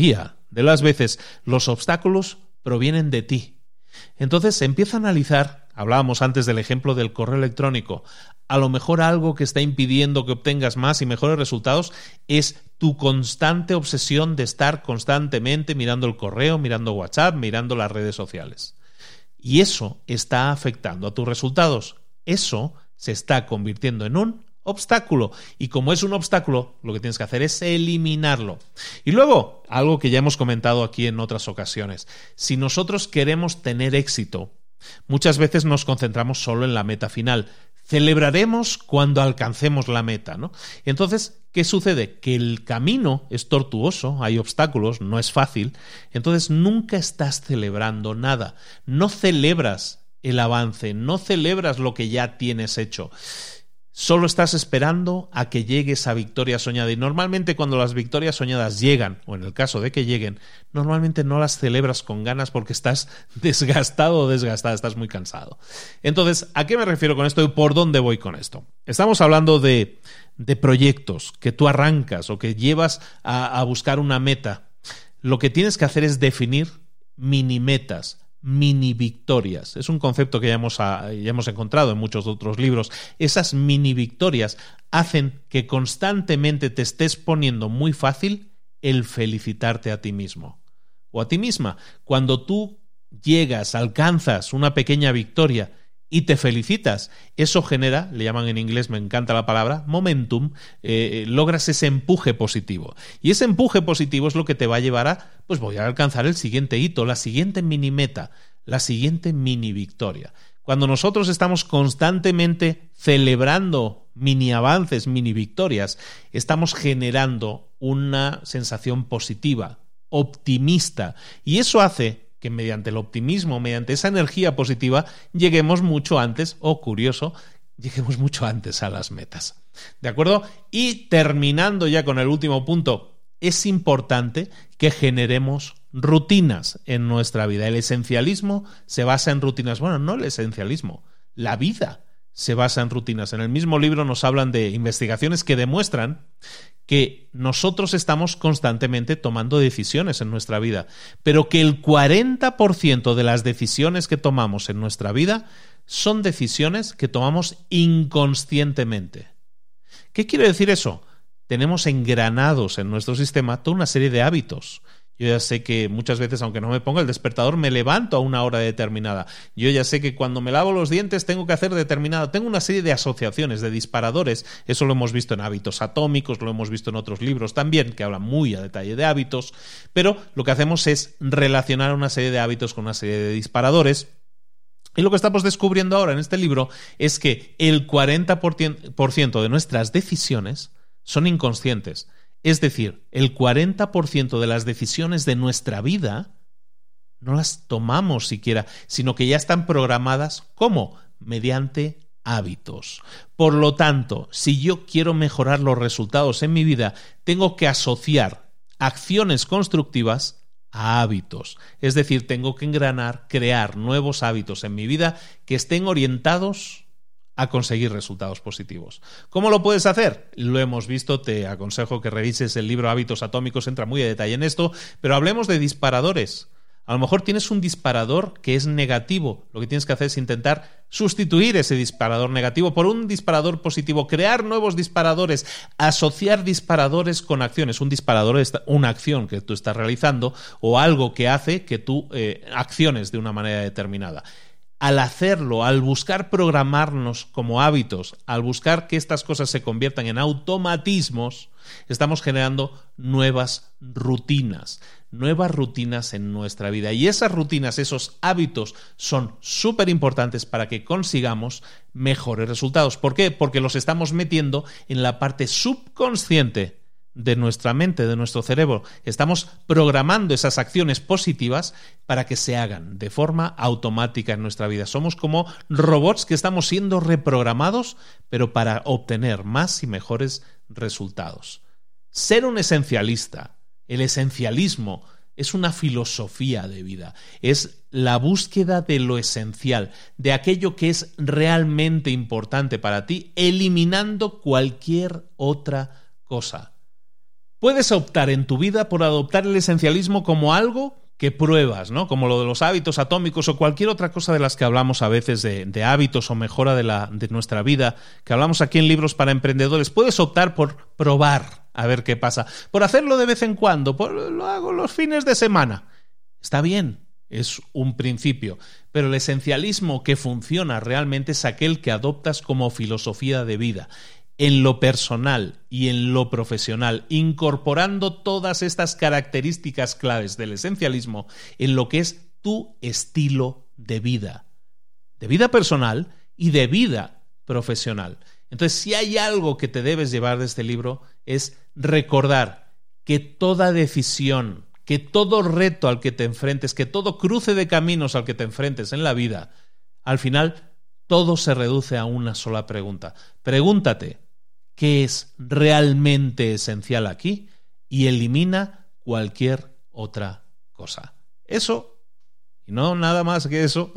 de las veces los obstáculos provienen de ti. Entonces empieza a analizar, hablábamos antes del ejemplo del correo electrónico, a lo mejor algo que está impidiendo que obtengas más y mejores resultados es tu constante obsesión de estar constantemente mirando el correo, mirando WhatsApp, mirando las redes sociales. Y eso está afectando a tus resultados. Eso se está convirtiendo en un obstáculo. Y como es un obstáculo, lo que tienes que hacer es eliminarlo. Y luego, algo que ya hemos comentado aquí en otras ocasiones. Si nosotros queremos tener éxito, muchas veces nos concentramos solo en la meta final. Celebraremos cuando alcancemos la meta, ¿no? Entonces, ¿qué sucede? Que el camino es tortuoso, hay obstáculos, no es fácil. Entonces, nunca estás celebrando nada. No celebras el avance, no celebras lo que ya tienes hecho. Solo estás esperando a que llegue esa victoria soñada. Y normalmente cuando las victorias soñadas llegan, o en el caso de que lleguen, normalmente no las celebras con ganas porque estás desgastado o desgastada, estás muy cansado. Entonces, ¿a qué me refiero con esto y por dónde voy con esto? Estamos hablando de, de proyectos que tú arrancas o que llevas a, a buscar una meta. Lo que tienes que hacer es definir mini metas, mini victorias. Es un concepto que ya hemos, ya hemos encontrado en muchos otros libros. Esas mini victorias hacen que constantemente te estés poniendo muy fácil el felicitarte a ti mismo o a ti misma. Cuando tú llegas, alcanzas una pequeña victoria y te felicitas, eso genera, le llaman en inglés, me encanta la palabra, momentum, eh, logras ese empuje positivo. Y ese empuje positivo es lo que te va a llevar a, pues voy a alcanzar el siguiente hito, la siguiente mini meta, la siguiente mini victoria. Cuando nosotros estamos constantemente celebrando mini avances, mini victorias, estamos generando una sensación positiva, optimista, y eso hace que mediante el optimismo, mediante esa energía positiva, lleguemos mucho antes, o curioso, lleguemos mucho antes a las metas. ¿De acuerdo? Y terminando ya con el último punto, es importante que generemos rutinas en nuestra vida. El esencialismo se basa en rutinas. Bueno, no el esencialismo, la vida se basa en rutinas. En el mismo libro nos hablan de investigaciones que demuestran que nosotros estamos constantemente tomando decisiones en nuestra vida, pero que el cuarenta por ciento de las decisiones que tomamos en nuestra vida son decisiones que tomamos inconscientemente. ¿Qué quiere decir eso? Tenemos engranados en nuestro sistema toda una serie de hábitos. Yo ya sé que muchas veces, aunque no me ponga el despertador, me levanto a una hora determinada. Yo ya sé que cuando me lavo los dientes tengo que hacer determinada. Tengo una serie de asociaciones, de disparadores. Eso lo hemos visto en Hábitos Atómicos, lo hemos visto en otros libros también, que hablan muy a detalle de hábitos. Pero lo que hacemos es relacionar una serie de hábitos con una serie de disparadores. Y lo que estamos descubriendo ahora en este libro es que el cuarenta por ciento de nuestras decisiones son inconscientes. Es decir, el cuarenta por ciento de las decisiones de nuestra vida no las tomamos siquiera, sino que ya están programadas. ¿Cómo? Mediante hábitos. Por lo tanto, si yo quiero mejorar los resultados en mi vida, tengo que asociar acciones constructivas a hábitos. Es decir, tengo que engranar, crear nuevos hábitos en mi vida que estén orientados a conseguir resultados positivos. ¿Cómo lo puedes hacer? Lo hemos visto, te aconsejo que revises el libro Hábitos Atómicos, entra muy a detalle en esto, pero hablemos de disparadores. A lo mejor tienes un disparador que es negativo. Lo que tienes que hacer es intentar sustituir ese disparador negativo por un disparador positivo, crear nuevos disparadores, asociar disparadores con acciones. Un disparador es una acción que tú estás realizando o algo que hace que tú eh, acciones de una manera determinada. Al hacerlo, al buscar programarnos como hábitos, al buscar que estas cosas se conviertan en automatismos, estamos generando nuevas rutinas, nuevas rutinas en nuestra vida. Y esas rutinas, esos hábitos son súper importantes para que consigamos mejores resultados. ¿Por qué? Porque los estamos metiendo en la parte subconsciente de nuestra mente, de nuestro cerebro. Estamos programando esas acciones positivas para que se hagan de forma automática en nuestra vida. Somos como robots que estamos siendo reprogramados, pero para obtener más y mejores resultados. Ser un esencialista, el esencialismo, es una filosofía de vida. Es la búsqueda de lo esencial, de aquello que es realmente importante para ti, eliminando cualquier otra cosa. Puedes optar en tu vida por adoptar el esencialismo como algo que pruebas, ¿no? Como lo de los hábitos atómicos o cualquier otra cosa de las que hablamos a veces de, de hábitos o mejora de, la, de nuestra vida, que hablamos aquí en Libros para Emprendedores. Puedes optar por probar a ver qué pasa, por hacerlo de vez en cuando, por, lo hago los fines de semana. Está bien, es un principio, pero el esencialismo que funciona realmente es aquel que adoptas como filosofía de vida, en lo personal y en lo profesional, incorporando todas estas características claves del esencialismo en lo que es tu estilo de vida, de vida personal y de vida profesional. Entonces, si hay algo que te debes llevar de este libro, es recordar que toda decisión, que todo reto al que te enfrentes, que todo cruce de caminos al que te enfrentes en la vida, al final todo se reduce a una sola pregunta. Pregúntate, ¿qué es realmente esencial aquí? Y elimina cualquier otra cosa. Eso, y no nada más que eso,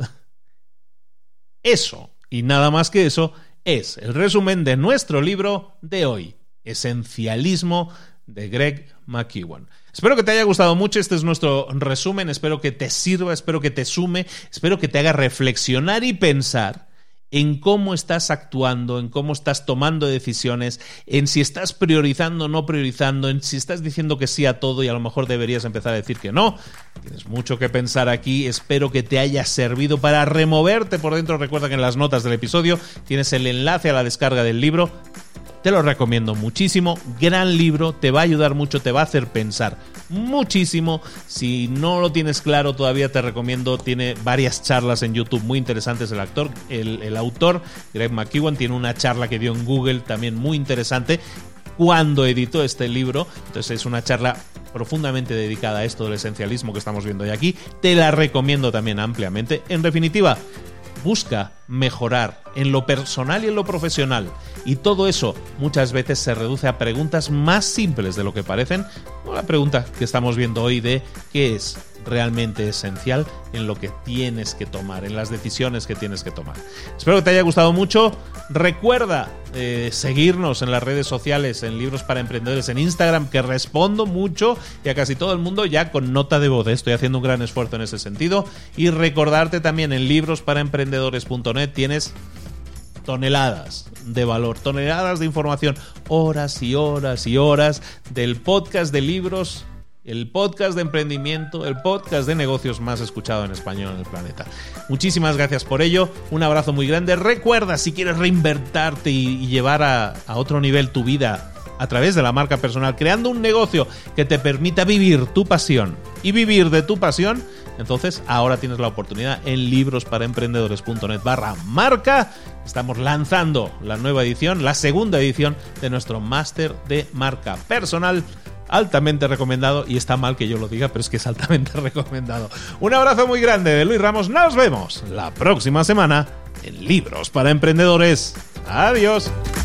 eso y nada más que eso es el resumen de nuestro libro de hoy, Esencialismo, de Greg McKeown. Espero que te haya gustado mucho. Este es nuestro resumen. Espero que te sirva, espero que te sume, espero que te haga reflexionar y pensar en cómo estás actuando, en cómo estás tomando decisiones, en si estás priorizando o no priorizando, en si estás diciendo que sí a todo y a lo mejor deberías empezar a decir que no. Tienes mucho que pensar aquí. Espero que te haya servido para removerte por dentro. Recuerda que en las notas del episodio tienes el enlace a la descarga del libro. Te lo recomiendo muchísimo, gran libro, te va a ayudar mucho, te va a hacer pensar muchísimo. Si no lo tienes claro todavía, te recomiendo, tiene varias charlas en YouTube muy interesantes. El actor, el, el autor, Greg McKeown, tiene una charla que dio en Google también muy interesante cuando editó este libro. Entonces es una charla profundamente dedicada a esto del esencialismo que estamos viendo hoy aquí. Te la recomiendo también ampliamente. En definitiva, busca mejorar en lo personal y en lo profesional. Y todo eso muchas veces se reduce a preguntas más simples de lo que parecen, como la pregunta que estamos viendo hoy de qué es realmente esencial en lo que tienes que tomar, en las decisiones que tienes que tomar. Espero que te haya gustado mucho. Recuerda eh, seguirnos en las redes sociales, en Libros para Emprendedores, en Instagram, que respondo mucho y a casi todo el mundo ya con nota de voz. Estoy haciendo un gran esfuerzo en ese sentido. Y recordarte también en libros para emprendedores punto net tienes toneladas de valor, toneladas de información, horas y horas y horas del podcast de libros, el podcast de emprendimiento, el podcast de negocios más escuchado en español en el planeta. Muchísimas gracias por ello, un abrazo muy grande. Recuerda, si quieres reinvertirte y, y llevar a, a otro nivel tu vida a través de la marca personal, creando un negocio que te permita vivir tu pasión y vivir de tu pasión, entonces ahora tienes la oportunidad en libros para emprendedores punto net barra marca. Estamos lanzando la nueva edición, la segunda edición de nuestro máster de marca personal, altamente recomendado, y está mal que yo lo diga, pero es que es altamente recomendado. Un abrazo muy grande de Luis Ramos. Nos vemos la próxima semana en Libros para Emprendedores. Adiós.